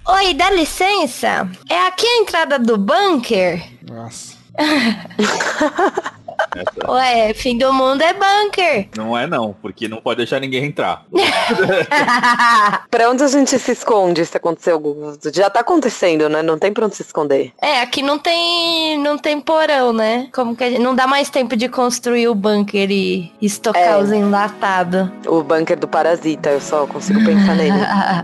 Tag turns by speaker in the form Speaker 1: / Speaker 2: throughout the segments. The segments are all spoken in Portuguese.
Speaker 1: Oi, dá licença? É aqui a entrada do bunker?
Speaker 2: Nossa.
Speaker 1: Ué, fim do mundo é bunker.
Speaker 3: Não é não, porque não pode deixar ninguém entrar.
Speaker 4: Pra onde a gente se esconde se acontecer algo? Já tá acontecendo, né? Não tem pra onde se esconder.
Speaker 1: É, aqui não tem porão, né? Como que não dá mais tempo de construir o bunker e estocar os enlatados.
Speaker 4: O bunker do Parasita, eu só consigo pensar nele.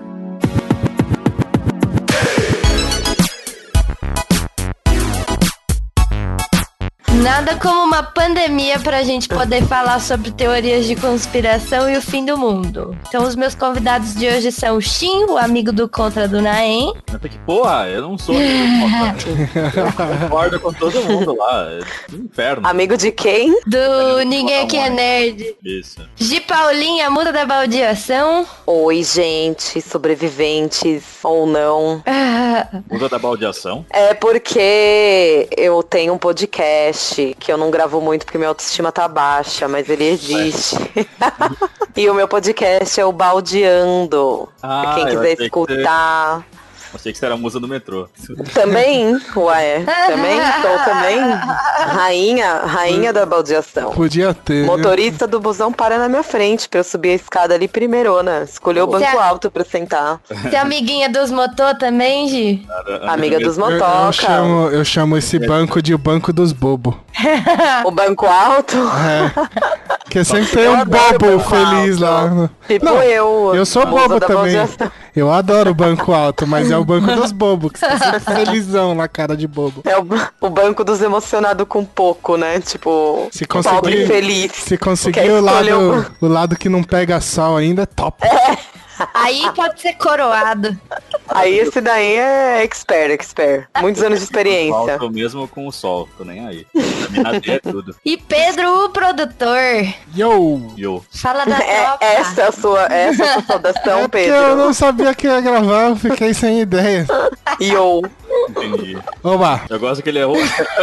Speaker 1: Nada como uma pandemia pra gente poder falar sobre teorias de conspiração e o fim do mundo. Então os meus convidados de hoje são o Shin, o amigo do Contra do Naem.
Speaker 3: Que porra, eu não sou amigo do Contra. Eu concordo com todo mundo lá. É um inferno.
Speaker 4: Amigo de quem?
Speaker 1: Do Ninguém Aqui é Nerd.
Speaker 3: Isso.
Speaker 1: De Paulinha, a muda da baldeação.
Speaker 4: Oi, gente, sobreviventes ou não.
Speaker 3: Muda da baldeação.
Speaker 4: É porque eu tenho um podcast que eu não gravo muito porque minha autoestima tá baixa, mas ele existe. E o meu podcast é o Baldeando. Pra quem quiser escutar.
Speaker 3: Eu sei que você era a musa do metrô.
Speaker 4: Também? Ué, também? Sou também rainha da baldeação.
Speaker 2: Podia ter.
Speaker 4: Motorista do busão para na minha frente pra eu subir a escada ali primeirona. Escolheu o banco alto pra sentar.
Speaker 1: Você é amiguinha dos motô também, Gi?
Speaker 4: Amiga dos motoca.
Speaker 2: Eu chamo esse banco de o banco dos bobos.
Speaker 4: O banco alto?
Speaker 2: É. Porque sempre tem um bobo feliz lá.
Speaker 4: Tipo
Speaker 2: não,
Speaker 4: eu.
Speaker 2: Eu sou bobo também. Eu adoro o banco alto, mas é o banco dos bobos, que você tá sempre felizão na cara de bobo.
Speaker 4: É o banco dos emocionados com pouco, né? Tipo,
Speaker 2: se
Speaker 4: pobre feliz.
Speaker 2: Se conseguir o lado que não pega sol ainda, é top.
Speaker 1: Aí pode ser coroado.
Speaker 4: Aí esse daí é expert. Muitos anos de experiência.
Speaker 3: Eu mesmo com o sol, tô nem aí. Vitamina D é tudo.
Speaker 1: E Pedro, o produtor.
Speaker 2: Yo.
Speaker 1: Fala da tropa.
Speaker 4: Essa é a sua saudação, Pedro.
Speaker 2: Eu não sabia que ia gravar, eu fiquei sem ideia.
Speaker 4: Yo.
Speaker 3: Entendi.
Speaker 2: Oba.
Speaker 3: Eu gosto que ele errou.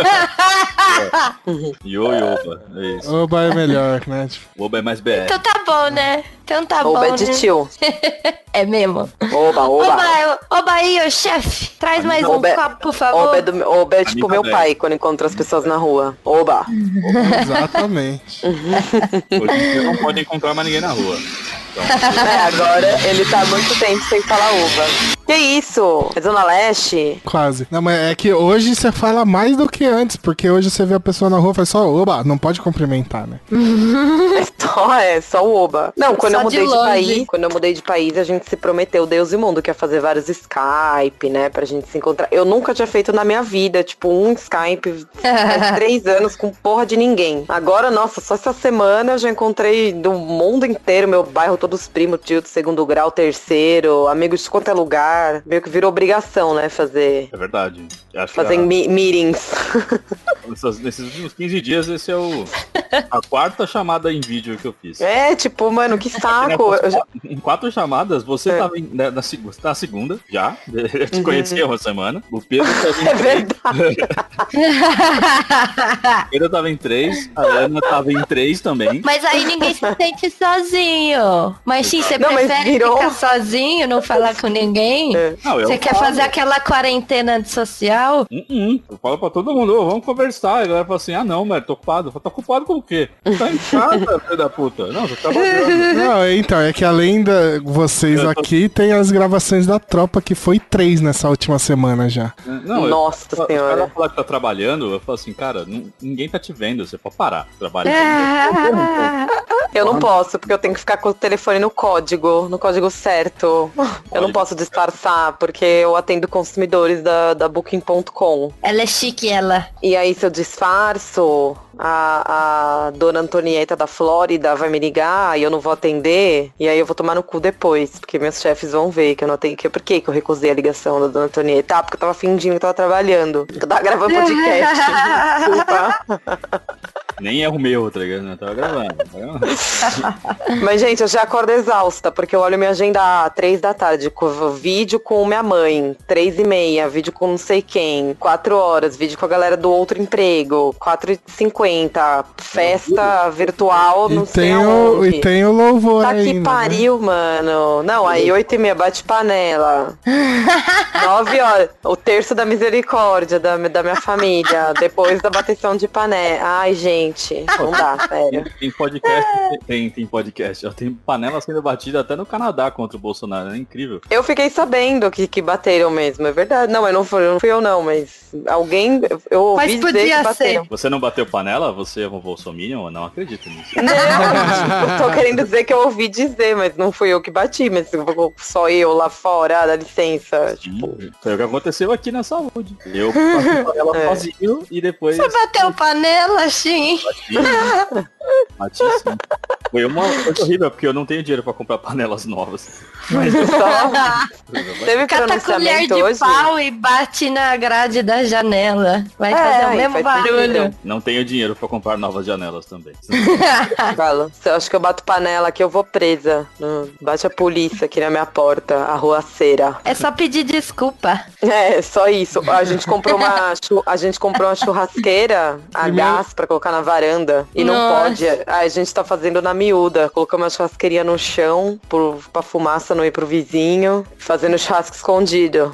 Speaker 3: Oba. É isso.
Speaker 2: Oba é melhor, né?
Speaker 3: Oba é mais BR.
Speaker 1: Então tá bom, né? Então tá bom,
Speaker 4: Oba é de tio.
Speaker 1: É mesmo.
Speaker 4: Oba
Speaker 1: aí, ô chefe. Traz mais um copo, por favor.
Speaker 4: Oba é tipo meu pai, quando encontra as pessoas na rua. Oba.
Speaker 2: Exatamente.
Speaker 3: Hoje você não pode encontrar mais ninguém na rua. Então.
Speaker 4: Agora ele tá há muito tempo sem falar oba. Que isso? É Zona Leste?
Speaker 2: Quase. Não, mas é que hoje você fala mais do que antes, porque hoje você vê a pessoa na rua e faz só oba, não pode cumprimentar, né?
Speaker 4: Só o oba. Não, quando
Speaker 1: só
Speaker 4: eu mudei de país, a gente se prometeu, Deus e mundo, que ia fazer vários Skype, né, pra gente se encontrar. Eu nunca tinha feito na minha vida, tipo, um Skype faz 3 anos com porra de ninguém. Agora, nossa, só essa semana eu já encontrei do mundo inteiro, meu bairro, todos os primos, tio de 2º grau, 3º, amigos de quanto é lugar. Meio que virou obrigação, né, fazer...
Speaker 3: É verdade.
Speaker 4: Fazer meetings.
Speaker 3: Nesses últimos 15 dias, esse é a 4ª chamada em vídeo que eu fiz.
Speaker 4: É, tipo, mano, que saco.
Speaker 3: Em 4 chamadas, você tava na segunda, já. Eu te conheci há uma semana. O Pedro tava em 3.
Speaker 4: É verdade.
Speaker 3: O Pedro tava em 3. A Ana tava em 3 também.
Speaker 1: Mas aí ninguém se sente sozinho. Mas sim, você prefere ficar sozinho, não falar com ninguém? Você quer fazer aquela quarentena social?
Speaker 3: Eu falo pra todo mundo, vamos conversar. E a galera fala assim, não, mas tô ocupado. Eu falo, tá ocupado com o quê? Tá em casa, filho da puta. Não, você tá trabalhando.
Speaker 2: Não, então, é que além de vocês aqui, tem as gravações da tropa, que foi 3 nessa última semana já.
Speaker 3: Não,
Speaker 4: nossa senhora.
Speaker 3: O cara falar que tá trabalhando, eu falo assim, cara, ninguém tá te vendo, você pode parar. Trabalha.
Speaker 4: Eu não posso, porque eu tenho que ficar com o telefone no código certo. Eu não posso disfarçar, porque eu atendo consumidores da Booking.com.
Speaker 1: Ela é chique, ela.
Speaker 4: E aí, se eu disfarço, a dona Antonieta da Flórida vai me ligar e eu não vou atender, e aí eu vou tomar no cu depois, porque meus chefes vão ver que eu não atendi. Por que eu recusei a ligação da dona Antonieta? Porque eu tava fingindo que tava trabalhando. Eu tava gravando podcast. Desculpa.
Speaker 3: Nem é o meu, tá ligado? Eu tava gravando.
Speaker 4: Mas, gente, eu já acordo exausta, porque eu olho minha agenda às 3 da tarde, com vídeo com minha mãe, 3h30, vídeo com não sei quem, 4 horas, vídeo com a galera do outro emprego, 4h50, festa virtual, não sei aonde.
Speaker 2: E tem o louvor
Speaker 4: Tá
Speaker 2: ainda,
Speaker 4: que pariu, mano. Não, aí 8h30, bate panela. 9 horas, o terço da misericórdia da minha família, depois da bateção de panela. Ai, gente, não dá, sério.
Speaker 3: Tem podcast, tem podcast. Tem panela sendo batida até no Canadá contra o Bolsonaro, é incrível.
Speaker 4: Eu fiquei sabendo que bateram mesmo, é verdade. Não, não fui eu não, mas alguém, eu ouvi dizer que bateram.
Speaker 3: Você não bateu panela? Você é um bolsominion? Eu não acredito nisso.
Speaker 4: Não, eu tô querendo dizer que eu ouvi dizer, mas não fui eu que bati, mas só eu lá fora, dá licença. Tipo...
Speaker 3: Foi o que aconteceu aqui na saúde. Eu bati panela sozinho e depois...
Speaker 1: Você bateu panela, sim.
Speaker 3: Bati sim. Foi uma coisa horrível, porque eu não tenho dinheiro pra comprar panelas novas.
Speaker 4: Mas só... Teve
Speaker 1: Cata a colher de
Speaker 4: hoje?
Speaker 1: pau e bate na grade da janela. Vai fazer o mesmo barulho.
Speaker 3: Não tenho dinheiro pra comprar novas janelas também.
Speaker 4: Fala, eu acho que eu bato panela aqui, eu vou presa. Bate a polícia aqui na minha porta, arruaceira.
Speaker 1: É só pedir desculpa.
Speaker 4: É, só isso. A gente comprou uma churrasqueira a gás pra colocar na varanda. E não pode. A gente tá fazendo na miúda. Colocamos uma churrasqueirinha no chão pra fumaça não ir pro vizinho. Fazendo churrasco escondido.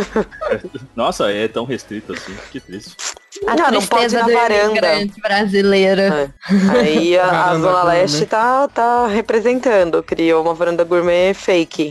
Speaker 3: Nossa, é tão restrito assim. Que triste.
Speaker 4: Não pode ir na varanda.
Speaker 1: Brasileiro.
Speaker 4: É. Aí a Zona Leste tá representando. Criou uma varanda gourmet fake.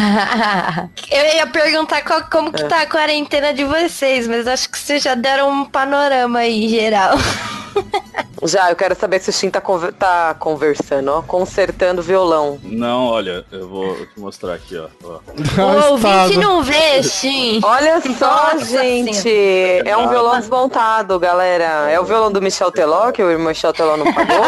Speaker 1: Eu ia perguntar como que tá a quarentena de vocês, mas acho que vocês já deram um panorama aí geral.
Speaker 4: Já, eu quero saber se o Shin tá conversando, ó, consertando violão.
Speaker 3: Não, olha, eu vou te mostrar aqui, ó.
Speaker 1: O ouvinte não vê, Shin.
Speaker 4: Olha só,
Speaker 1: Nossa,
Speaker 4: gente. É um violão desmontado, galera. É o violão do Michel Teló, que o Michel Teló não pagou?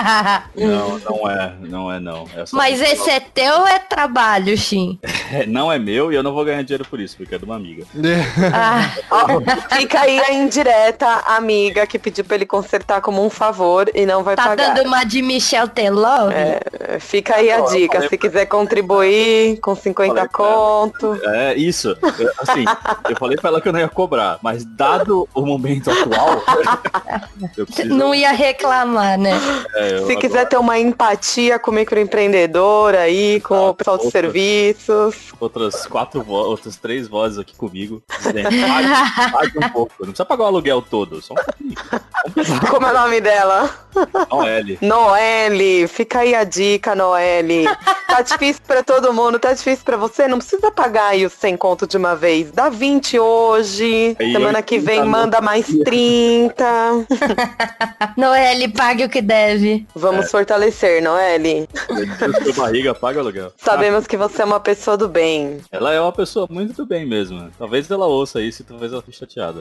Speaker 3: Não é.
Speaker 1: Mas esse é teu ou é trabalho, Shin?
Speaker 3: Não é meu e eu não vou ganhar dinheiro por isso, porque é de uma amiga.
Speaker 4: Ó, fica aí a indireta amiga que pediu pra ele consertar como um favor e não vai pagar.
Speaker 1: Tá dando uma de Michel Teló?
Speaker 4: Fica aí a dica, se quiser contribuir com 50 conto.
Speaker 3: É, isso. Eu falei pra ela que eu não ia cobrar, mas dado o momento atual, eu preciso...
Speaker 1: Não ia reclamar, né?
Speaker 4: Se quiser ter uma empatia com o microempreendedor aí, com o pessoal de serviços.
Speaker 3: Outras 3 vozes aqui comigo. Dizendo, pague um pouco. Não precisa pagar o aluguel todo, só um pouquinho.
Speaker 4: Como é o nome dela? Noelle, fica aí a dica, Noelle. Tá difícil pra todo mundo, tá difícil pra você, não precisa pagar aí os 100 conto de uma vez. Dá 20 hoje, aí semana que vem manda mais 30.
Speaker 1: Noelle, pague o que deve.
Speaker 4: Vamos fortalecer, Noelle.
Speaker 3: Sua barriga paga o aluguel.
Speaker 4: Sabemos que você é uma pessoa do bem.
Speaker 3: Ela é uma pessoa muito do bem mesmo. Talvez ela ouça isso e talvez ela fique chateada.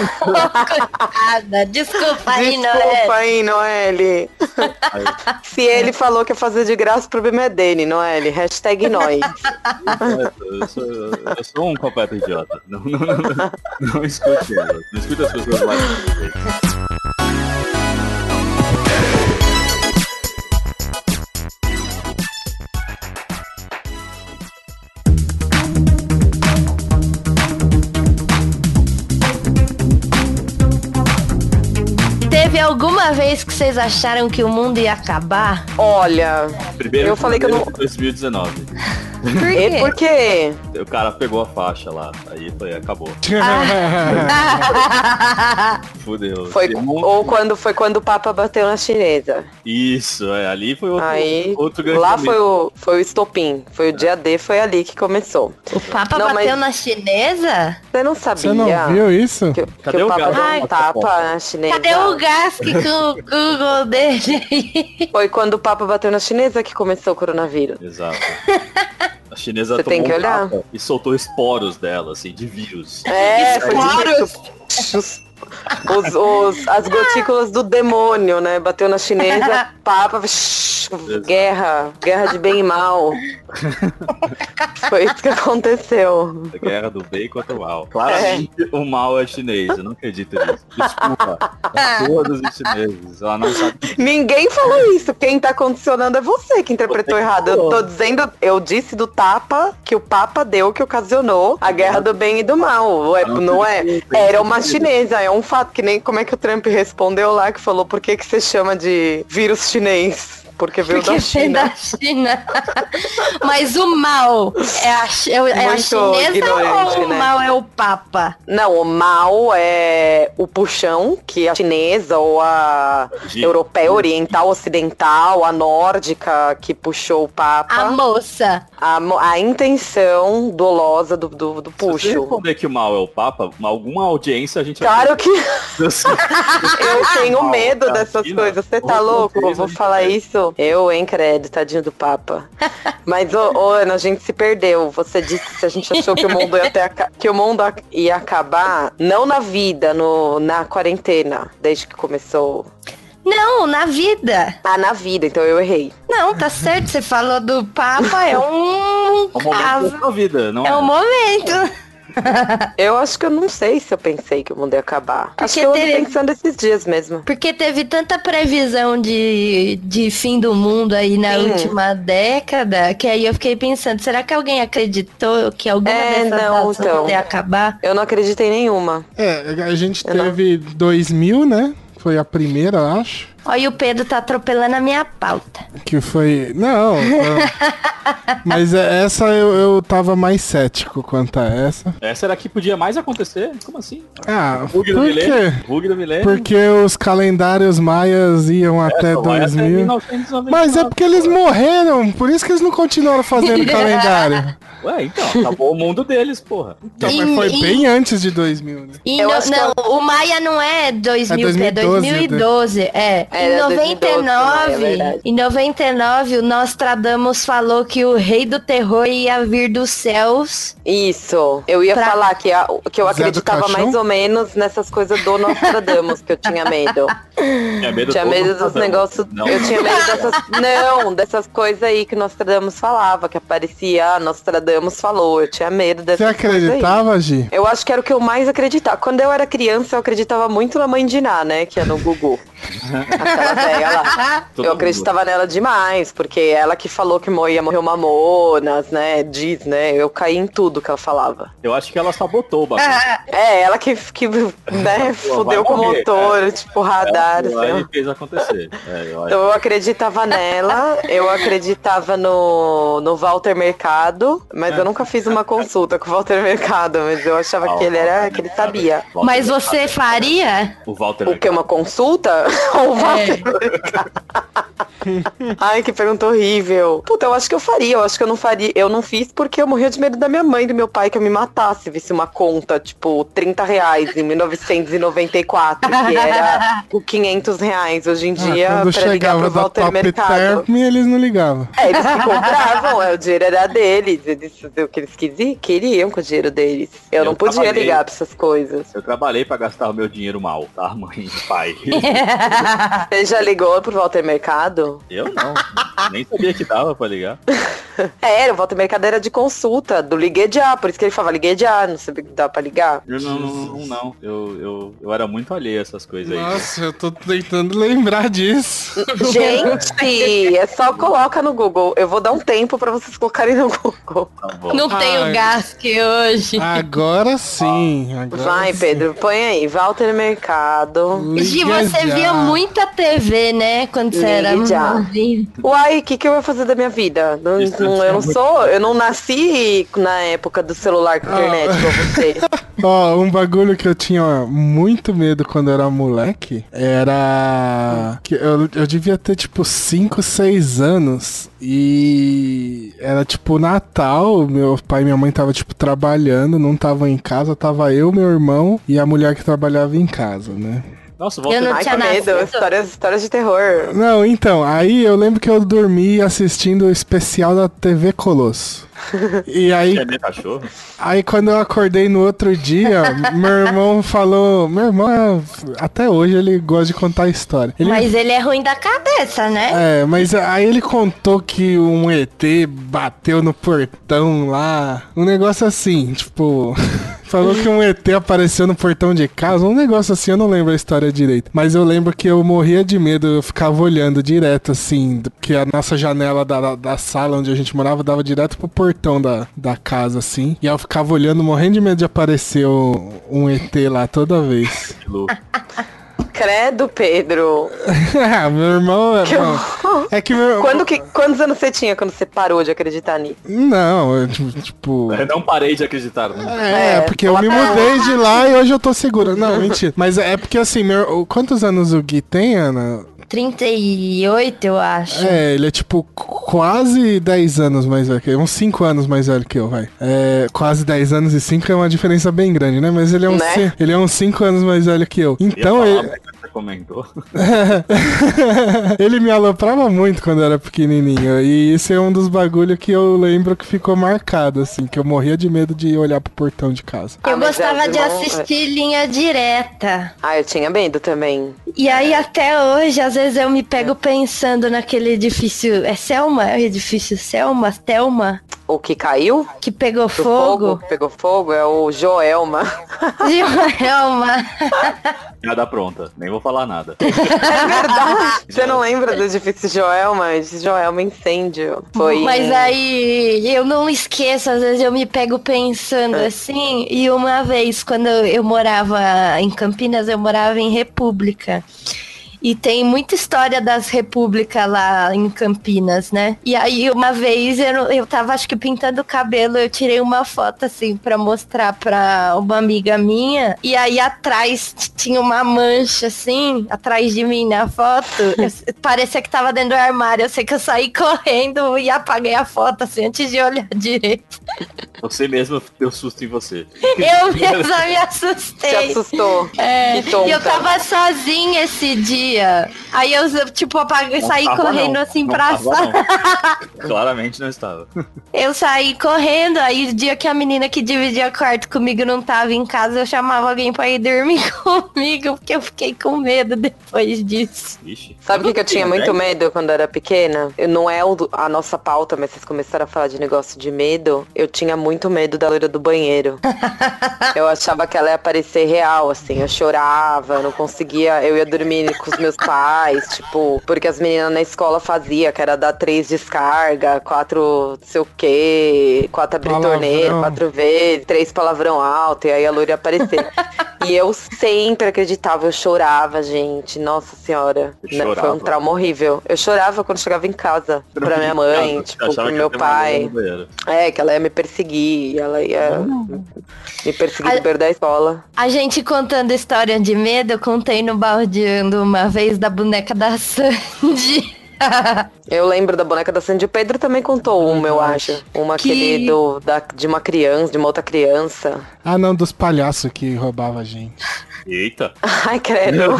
Speaker 1: Desculpa aí,
Speaker 4: Noelle. Se ele falou que ia fazer de graça, o problema é dele, Noelle. Hashtag nós.
Speaker 3: Eu sou um completo idiota. Não escute ela. Não escute as pessoas mais.
Speaker 1: Teve alguma vez que vocês acharam que o mundo ia acabar?
Speaker 4: Olha,
Speaker 3: primeiro
Speaker 4: eu falei que eu não...
Speaker 3: 2019.
Speaker 1: Por quê?
Speaker 4: Por quê?
Speaker 3: O cara pegou a faixa lá, aí acabou. Fudeu.
Speaker 4: Ou quando o Papa bateu na chinesa.
Speaker 3: Isso, ali foi outro grande
Speaker 4: lá momento. Foi o estopim. Foi o dia D, foi ali que começou.
Speaker 1: O Papa bateu na chinesa?
Speaker 4: Você não sabia?
Speaker 2: Você não viu isso?
Speaker 4: Que o Papa deu um tapa na chinesa.
Speaker 1: Cadê o Gask com o Google dele?
Speaker 4: Foi quando o Papa bateu na chinesa que começou o coronavírus.
Speaker 3: Exato. A chinesa
Speaker 4: Você tem que olhar.
Speaker 3: E soltou esporos dela, assim, de vírus.
Speaker 4: Esporos! As gotículas do demônio, né? Bateu na chinesa, Papa, Guerra de bem e mal. Foi isso que aconteceu.
Speaker 3: A guerra do bem contra o mal. Claramente o mal é chinês, eu não acredito nisso. Desculpa. Todos os chineses. Ela não sabe.
Speaker 4: Ninguém falou isso. Quem tá condicionando é você que interpretou errado. Eu disse do tapa que o Papa deu, que ocasionou a guerra do bem e do mal. Não é? Era uma chinesa, é um fato. Que nem como é que o Trump respondeu lá, que falou por que você chama de vírus chinês? Porque veio da China.
Speaker 1: Da China. Mas o mal é a chinesa ou o mal é o Papa?
Speaker 4: Não, o mal é o puxão, que a chinesa ou a europeia, oriental, ocidental, a nórdica, que puxou o Papa.
Speaker 1: A moça.
Speaker 4: A intenção dolosa do puxo. Se
Speaker 3: você responder que o mal é o Papa, alguma audiência a gente...
Speaker 4: Claro que... Eu tenho medo dessas coisas. Você tá louco? Eu vou falar isso? Eu, hein, credo, tadinho do Papa. Mas, Ana, a gente se perdeu. Você disse que a gente achou que o mundo ia acabar, não na vida, na quarentena, desde que começou.
Speaker 1: Não, na vida.
Speaker 4: Ah, na vida, então eu errei.
Speaker 1: Não, tá certo, você falou do Papa, é um
Speaker 3: momento da vida, não é?
Speaker 1: É um momento.
Speaker 4: Eu acho que eu não sei se eu pensei que o mundo ia acabar.
Speaker 1: Porque
Speaker 4: acho que eu ando pensando esses dias mesmo.
Speaker 1: Porque teve tanta previsão de fim do mundo aí na última década, que aí eu fiquei pensando, será que alguém acreditou que alguma dessas datas ia acabar?
Speaker 4: Eu não acreditei em nenhuma.
Speaker 2: A gente teve 2000, né? Foi a primeira, acho.
Speaker 1: Olha, o Pedro tá atropelando a minha pauta.
Speaker 2: Que foi... Não. Mas essa eu tava mais cético quanto a essa.
Speaker 3: Essa era a que podia mais acontecer? Como assim?
Speaker 2: Por quê?
Speaker 3: Bug do milênio?
Speaker 2: Porque os calendários maias iam até 2000. Mas é porque eles morreram. Por isso que eles não continuaram fazendo calendário.
Speaker 3: Ué, então, acabou o mundo deles, porra.
Speaker 2: Então, mas foi bem antes de 2000, né?
Speaker 1: O Maia não é 2000, é 2012. Em 99, o Nostradamus falou que o rei do terror ia vir dos céus.
Speaker 4: Isso. Eu ia falar que eu acreditava mais ou menos nessas coisas do Nostradamus, que eu tinha medo. Tinha medo dos negócios. Eu tinha medo dessas coisas aí que o Nostradamus falava, que aparecia, Nostradamus falou. Eu tinha medo dessas coisas.
Speaker 2: Você acreditava, Gi?
Speaker 4: Eu acho que era o que eu mais acreditava. Quando eu era criança, eu acreditava muito na Mãe de Ná, né? Que é no Gugu. Aquela velha lá. Eu acreditava nela demais, porque ela que falou que ia morrer o Mamonas, né? Diz, né? Eu caí em tudo que ela falava.
Speaker 3: Eu acho que ela sabotou o bagulho.
Speaker 4: Ela que né, fudeu com o motor, tipo, radar.
Speaker 3: Ela fez acontecer.
Speaker 4: Eu acreditava nela, eu acreditava no Walter Mercado, mas eu nunca fiz uma consulta com o Walter Mercado, mas eu achava que ele sabia.
Speaker 1: Mas você faria?
Speaker 3: O Walter Mercado.
Speaker 4: O que, uma consulta? O Walter Mercado. Ai, que pergunta horrível. Puta, eu acho que eu faria, eu acho que eu não faria. Eu não fiz porque eu morria de medo da minha mãe e do meu pai que eu me matasse, visse uma conta, tipo, R$30 em 1994, que era por R$500 hoje em dia, pra ligar pro Walter Mercado.
Speaker 2: Term, eles não ligavam.
Speaker 4: Eles se compravam, o dinheiro era deles, eles o que eles queriam com o dinheiro deles. Eu não podia ligar pra essas coisas.
Speaker 3: Eu trabalhei pra gastar o meu dinheiro mal, tá, mãe e pai?
Speaker 4: Você já ligou pro Walter Mercado?
Speaker 3: Eu não, nem sabia que dava pra ligar.
Speaker 4: O Walter Mercado era de consulta, do Liguei Já, por isso que ele falava Liguei Já, não sabia que dava pra ligar.
Speaker 3: Eu não. Eu era muito alheio a essas coisas aí.
Speaker 2: Nossa, eu tô tentando lembrar disso.
Speaker 4: Gente, é só coloca no Google. Eu vou dar um tempo pra vocês colocarem no Google.
Speaker 3: Tá bom.
Speaker 1: Não tenho gasque hoje.
Speaker 2: Agora sim.
Speaker 4: Vai, Pedro, põe aí, Walter Mercado.
Speaker 1: Gi, você via muita TV, né, quando você era novinho.
Speaker 4: Uai, o que eu ia fazer da minha vida? Eu não nasci na época do celular com internet igual você.
Speaker 2: Um bagulho que eu tinha muito medo quando eu era moleque era que eu devia ter tipo 5, 6 anos e era tipo Natal, meu pai e minha mãe tava tipo trabalhando, não estavam em casa, tava eu, meu irmão e a mulher que trabalhava em casa, né?
Speaker 3: Nossa,
Speaker 1: Eu não
Speaker 4: Ai,
Speaker 1: tinha
Speaker 4: que medo.
Speaker 1: nascido.
Speaker 4: Histórias de terror.
Speaker 2: Não, então, aí eu lembro que eu dormi assistindo o especial da TV Colosso. E aí,
Speaker 3: é meu cachorro.
Speaker 2: aí quando eu acordei no outro dia, meu irmão falou... Meu irmão, até hoje, ele gosta de contar história. Ele,
Speaker 1: Mas ele é ruim da cabeça, né?
Speaker 2: É, mas aí ele contou que um ET bateu no portão lá. Um negócio assim, tipo... Falou que um ET apareceu no portão de casa, um negócio assim, eu não lembro a história direito. Mas eu lembro que eu morria de medo, eu ficava olhando direto, assim, porque a nossa janela da sala onde a gente morava dava direto pro portão da casa, assim. E eu ficava olhando, morrendo de medo de aparecer um ET lá toda vez.
Speaker 3: Que louco.
Speaker 4: Credo, Pedro.
Speaker 2: Meu irmão... É que meu...
Speaker 4: Quantos anos você tinha quando você parou de acreditar nisso?
Speaker 2: Não, eu, tipo...
Speaker 3: Eu não parei de acreditar, né?
Speaker 2: É, porque eu me mudei de lá e hoje eu tô seguro. Não, mentira. Mas é porque assim, quantos anos o Gui tem, Ana?
Speaker 1: 38, eu acho.
Speaker 2: É, ele é tipo quase 10 anos mais velho que eu. Uns 5 anos mais velho que eu, vai. É, quase 10 anos e 5 é uma diferença bem grande, né? Mas ele é ele é uns 5 anos mais velho que eu. Então ele...
Speaker 3: Comentou.
Speaker 2: Ele me aloprava muito quando eu era pequenininho. E isso é um dos bagulho que eu lembro que ficou marcado, assim. Que eu morria de medo de olhar pro portão de casa.
Speaker 1: Eu
Speaker 4: mas
Speaker 1: gostava de
Speaker 4: irmão,
Speaker 1: assistir Linha Direta.
Speaker 4: Ah, eu tinha medo também.
Speaker 1: E aí até hoje, às vezes eu me pego pensando naquele edifício... É Selma? É o edifício Selma? Thelma?
Speaker 4: O que caiu?
Speaker 1: Que pegou
Speaker 4: Do
Speaker 1: fogo?
Speaker 4: que pegou fogo é o Joelma.
Speaker 1: Joelma.
Speaker 3: Nada pronta, nem vou falar nada.
Speaker 4: É verdade. Você não lembra do edifício Joelma? Edifício Joelma, incêndio. Foi.
Speaker 1: Mas aí eu não esqueço, às vezes eu me pego pensando assim. E uma vez, quando eu morava em Campinas, eu morava em República. E tem muita história das repúblicas lá em Campinas, né? E aí, uma vez, eu tava, acho que, pintando o cabelo, eu tirei uma foto, assim, pra mostrar pra uma amiga minha. E aí, atrás, tinha uma mancha, assim, atrás de mim na foto. Parecia que tava dentro do armário. Eu sei que eu saí correndo e apaguei a foto, assim, antes de olhar direito.
Speaker 3: Você mesmo deu susto em você.
Speaker 1: Eu mesma me assustei.
Speaker 4: Se assustou.
Speaker 1: É,
Speaker 4: Que tonta.
Speaker 1: e eu tava sozinha esse dia. Aí eu, tipo, apaguei, saí correndo assim pra sala.
Speaker 3: Claramente não estava.
Speaker 1: Eu saí correndo, aí o dia que a menina que dividia quarto comigo não tava em casa, eu chamava alguém pra ir dormir comigo, porque eu fiquei com medo depois disso.
Speaker 3: Ixi.
Speaker 4: Sabe o que eu tinha muito medo quando eu era pequena? Não é a nossa pauta, mas vocês começaram a falar de negócio de medo. Eu tinha muito medo da loira do banheiro. Eu achava que ela ia aparecer real, assim. Eu chorava, não conseguia. Eu ia dormir com os meus pais, tipo, porque as meninas na escola faziam, que era dar 3 descarga, 4 não sei o quê, 4 abrir torneira, 4 vezes, 3 palavrão alto, e aí a loira ia aparecer. E eu sempre acreditava, eu chorava, gente. Nossa senhora. Foi um trauma horrível. Eu chorava quando chegava em casa pra minha mãe, tipo, pro meu pai. É, que ela ia me perseguir, ela ia me perseguir do beiro da escola.
Speaker 1: A gente contando história de medo, eu contei no baldeando uma vez da boneca da Sandy.
Speaker 4: Eu lembro da boneca da Sandy. O Pedro também contou uma, eu acho. Uma de uma criança, de uma outra criança.
Speaker 2: Ah, não, dos palhaços que roubava a gente.
Speaker 3: Eita.
Speaker 4: Ai, credo.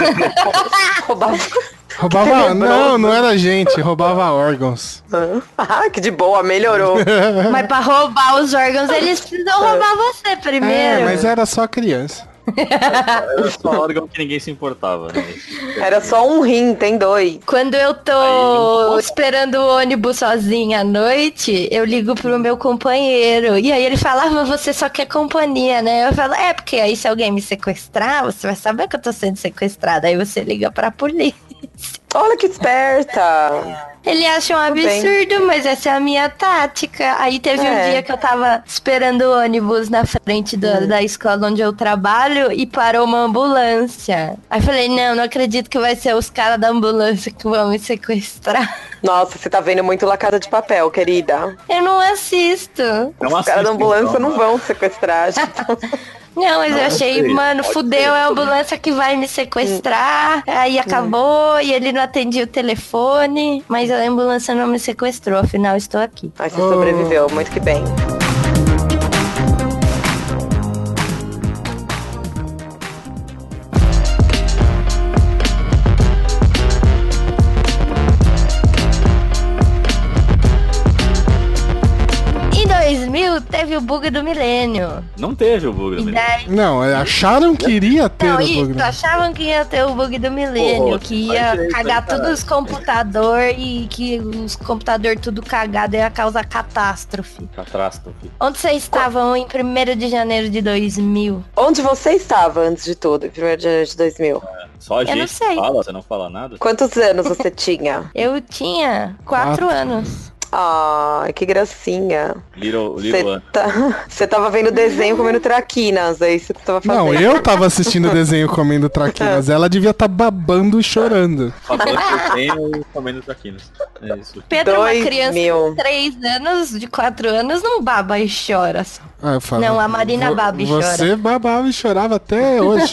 Speaker 2: Roubava... Não era gente, roubava órgãos.
Speaker 4: Ah, que de boa, melhorou.
Speaker 1: Mas pra roubar os órgãos, eles precisam roubar você primeiro.
Speaker 2: É, mas era só criança.
Speaker 3: Era só órgão que ninguém se importava, né?
Speaker 4: Era só um rim, tem 2.
Speaker 1: Quando eu tô esperando o ônibus sozinha à noite, eu ligo pro meu companheiro. E aí ele fala, mas você só quer companhia, né? Eu falo, porque aí se alguém me sequestrar, você vai saber que eu tô sendo sequestrada. Aí você liga pra polícia.
Speaker 4: Olha que esperta.
Speaker 1: Ele acha um absurdo, mas essa é a minha tática. Aí teve um dia que eu tava esperando o ônibus na frente da escola onde eu trabalho e parou uma ambulância. Aí falei, não acredito que vai ser os caras da ambulância que vão me sequestrar.
Speaker 4: Nossa, você tá vendo muito La Casa de Papel, querida.
Speaker 1: Eu não assisto.
Speaker 4: Os caras da ambulância não vão sequestrar.
Speaker 1: Não, mas eu achei, mano, fudeu, é a ambulância que vai me sequestrar. Aí acabou e ele não atendia o telefone. Mas a ambulância não me sequestrou, afinal estou aqui.
Speaker 4: Aí você sobreviveu, muito que bem.
Speaker 1: bug do milênio.
Speaker 3: Não teve o bug do
Speaker 1: E
Speaker 3: milênio.
Speaker 1: daí...
Speaker 2: Não, acharam que iria ter
Speaker 1: Não,
Speaker 2: o bug.
Speaker 1: isso, achavam que ia ter o bug do milênio, que ia cagar todos os computadores e que os computadores tudo cagado ia causar catástrofe.
Speaker 3: Catástrofe.
Speaker 1: Onde vocês estavam em 1º de janeiro de 2000?
Speaker 4: Onde você estava antes de tudo, em 1º de janeiro de 2000?
Speaker 3: Só a
Speaker 1: não
Speaker 3: gente
Speaker 1: sei.
Speaker 3: fala, você não fala nada?
Speaker 4: Quantos anos você tinha?
Speaker 1: Eu tinha 4 anos.
Speaker 4: Ai, que gracinha.
Speaker 3: Little
Speaker 4: Você tava vendo desenho comendo traquinas, é isso que você tava fazendo.
Speaker 2: Não, eu tava assistindo o desenho comendo traquinas. Ela devia estar babando e chorando.
Speaker 3: Falando que eu tenho comendo traquinas. É isso.
Speaker 1: Pedro, uma
Speaker 4: 2000.
Speaker 1: criança de 3 anos, de 4 anos, não baba e chora só.
Speaker 2: Ah, eu falo,
Speaker 1: Não, a Marina baba e chora.
Speaker 2: Você babava e chorava até hoje.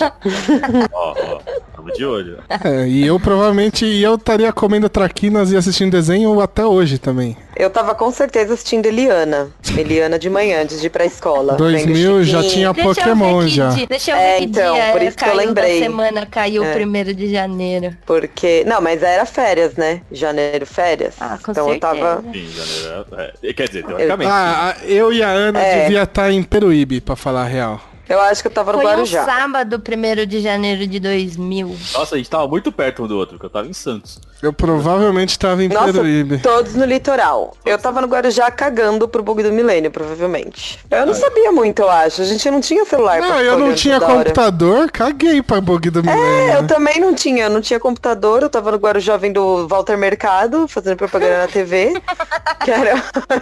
Speaker 3: Ó, tamo de olho.
Speaker 2: E eu provavelmente estaria comendo traquinas e assistindo desenho até hoje também.
Speaker 4: Eu tava com certeza assistindo Eliana. Eliana de manhã, antes de ir pra escola.
Speaker 2: 2000 já
Speaker 4: Chiquinho.
Speaker 2: tinha Pokémon já.
Speaker 1: Deixa eu ver que
Speaker 4: então,
Speaker 1: dia
Speaker 4: por isso que eu
Speaker 1: caiu
Speaker 4: lembrei.
Speaker 1: da semana, caiu 1º de janeiro.
Speaker 4: Porque... Não, mas era férias, né? Janeiro, férias.
Speaker 1: Ah, com
Speaker 4: então
Speaker 1: certeza.
Speaker 4: eu tava...
Speaker 3: Sim, janeiro. Quer dizer, teoricamente.
Speaker 2: Eu e a Ana devia estar em Peruíbe, pra falar a real.
Speaker 4: Eu acho que eu tava no
Speaker 1: Foi um
Speaker 4: Guarujá.
Speaker 1: sábado, 1º de janeiro de 2000.
Speaker 3: Nossa, a gente tava muito perto um do outro, porque eu tava em Santos.
Speaker 2: Eu provavelmente estava em
Speaker 4: Nossa,
Speaker 2: Peruíbe.
Speaker 4: todos no litoral. Eu tava no Guarujá cagando pro bug do milênio, provavelmente. Eu não sabia muito, eu acho. A gente não tinha celular pra
Speaker 2: Não,
Speaker 4: ficar
Speaker 2: eu não
Speaker 4: olhando
Speaker 2: tinha
Speaker 4: toda hora.
Speaker 2: computador, caguei pra bug do milênio.
Speaker 4: Eu também não tinha. Eu não tinha computador. Eu tava no Guarujá vendo Walter Mercado, fazendo propaganda na TV. Que era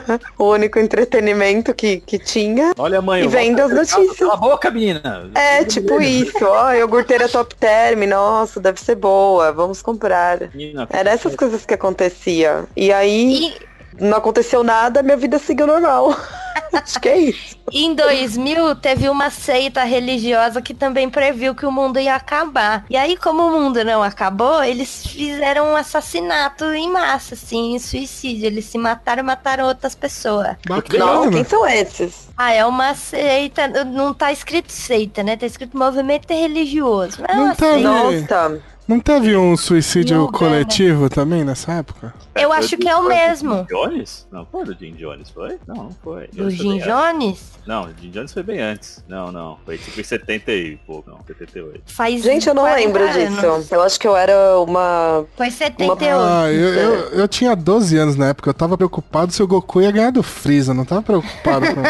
Speaker 4: o único entretenimento que tinha.
Speaker 3: Olha, mãe.
Speaker 4: E vendo as notícias.
Speaker 3: Cala a boca, menina.
Speaker 4: É, tipo isso. Ó, iogurteira Top Term. Nossa, deve ser boa. Vamos comprar.
Speaker 3: Menina,
Speaker 4: Era essas coisas que acontecia. E aí, não aconteceu nada, minha vida seguiu normal. Acho que é isso.
Speaker 1: Em 2000, teve uma seita religiosa que também previu que o mundo ia acabar. E aí, como o mundo não acabou, eles fizeram um assassinato em massa, assim, suicídio. Eles se mataram e mataram outras pessoas.
Speaker 4: Nossa,
Speaker 2: Bacana.
Speaker 4: quem são esses?
Speaker 1: Ah, é uma seita, não tá escrito seita, né? Tá escrito movimento religioso. Não é
Speaker 2: Não
Speaker 1: uma
Speaker 2: tá
Speaker 1: seita.
Speaker 4: Nossa.
Speaker 2: Não teve um suicídio
Speaker 1: Não,
Speaker 2: coletivo também nessa época?
Speaker 1: Eu acho que é o mesmo.
Speaker 3: Jim Jones? Não, foi do Jim Jones, foi? Não foi.
Speaker 1: Do
Speaker 3: Jones foi
Speaker 1: Jim
Speaker 3: bem antes.
Speaker 1: Jones?
Speaker 3: Não, o Jim Jones foi bem antes. Não. Foi tipo em 70 e pouco, não, 78.
Speaker 1: Faz
Speaker 4: Gente, eu não
Speaker 1: 40
Speaker 4: lembro
Speaker 1: anos.
Speaker 4: disso. Eu acho que eu era uma...
Speaker 1: Foi 78.
Speaker 2: Ah, eu tinha 12 anos na época, eu tava preocupado se o Goku ia ganhar do Freeza, não tava preocupado com...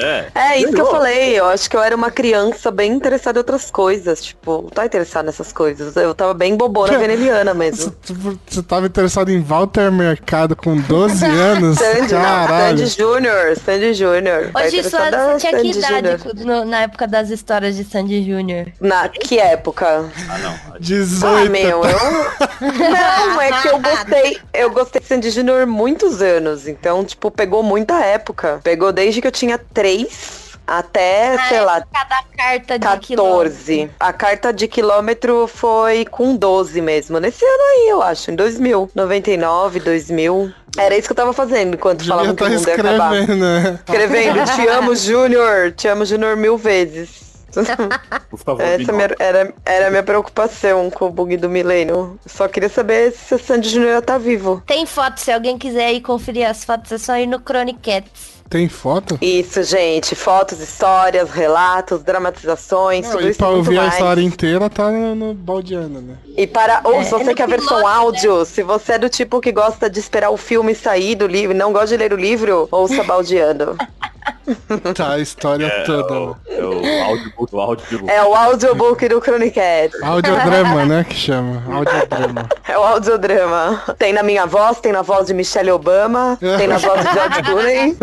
Speaker 4: É isso que eu falei. Eu acho que eu era uma criança bem interessada em outras coisas. Tipo, não tá interessada nessas coisas. Eu tava bem bobona vendo Eliana mesmo.
Speaker 2: Você tava interessado em Walter Mercado com 12 anos? Caralho.
Speaker 4: Sandy Júnior. Tá
Speaker 1: Hoje só
Speaker 4: interessada
Speaker 1: você
Speaker 4: em
Speaker 1: tinha que
Speaker 4: Sandy
Speaker 1: idade
Speaker 4: Júnior.
Speaker 1: na época das histórias de Sandy Júnior?
Speaker 4: Na que época?
Speaker 3: Ah, não.
Speaker 2: 18.
Speaker 4: Ah, meu, Não, é que eu gostei de Sandy Júnior muitos anos. Então, tipo, pegou muita época. Pegou desde que eu tinha 3 até, sei lá,
Speaker 1: Cada carta de
Speaker 4: 14. A carta de quilômetro foi com 12 mesmo. Nesse ano aí, eu acho. Em 2000. 99, 2000. Era isso que eu tava fazendo enquanto falavam que o mundo ia acabar.
Speaker 2: né?
Speaker 4: Escrevendo, te amo, Júnior. Te amo, Júnior, 1000 vezes.
Speaker 3: Por favor,
Speaker 4: Essa era a minha preocupação com o bug do milênio. Só queria saber se o Sandy Júnior tá vivo.
Speaker 1: Tem foto, se alguém quiser ir conferir as fotos, é só ir no Chronicats.
Speaker 2: Tem foto?
Speaker 4: Isso, gente. Fotos, histórias, relatos, dramatizações,
Speaker 2: Não,
Speaker 4: tudo
Speaker 2: e
Speaker 4: isso
Speaker 2: pra
Speaker 4: e muito
Speaker 2: ouvir a
Speaker 4: mais.
Speaker 2: história inteira tá no Baldiano, né?
Speaker 4: E para, ou se você
Speaker 1: no
Speaker 4: quer a versão
Speaker 1: piloto,
Speaker 4: áudio, se você é do tipo que gosta de esperar o filme sair do livro e não gosta de ler o livro, ouça Baldeando.
Speaker 2: Tá a história toda. Né?
Speaker 3: o audiobook.
Speaker 4: É o audiobook do Chronicast.
Speaker 2: Audiodrama, né, que chama. Audiodrama.
Speaker 4: É o audiodrama. Tem na minha voz, tem na voz de Michelle Obama, tem na voz de George Clooney.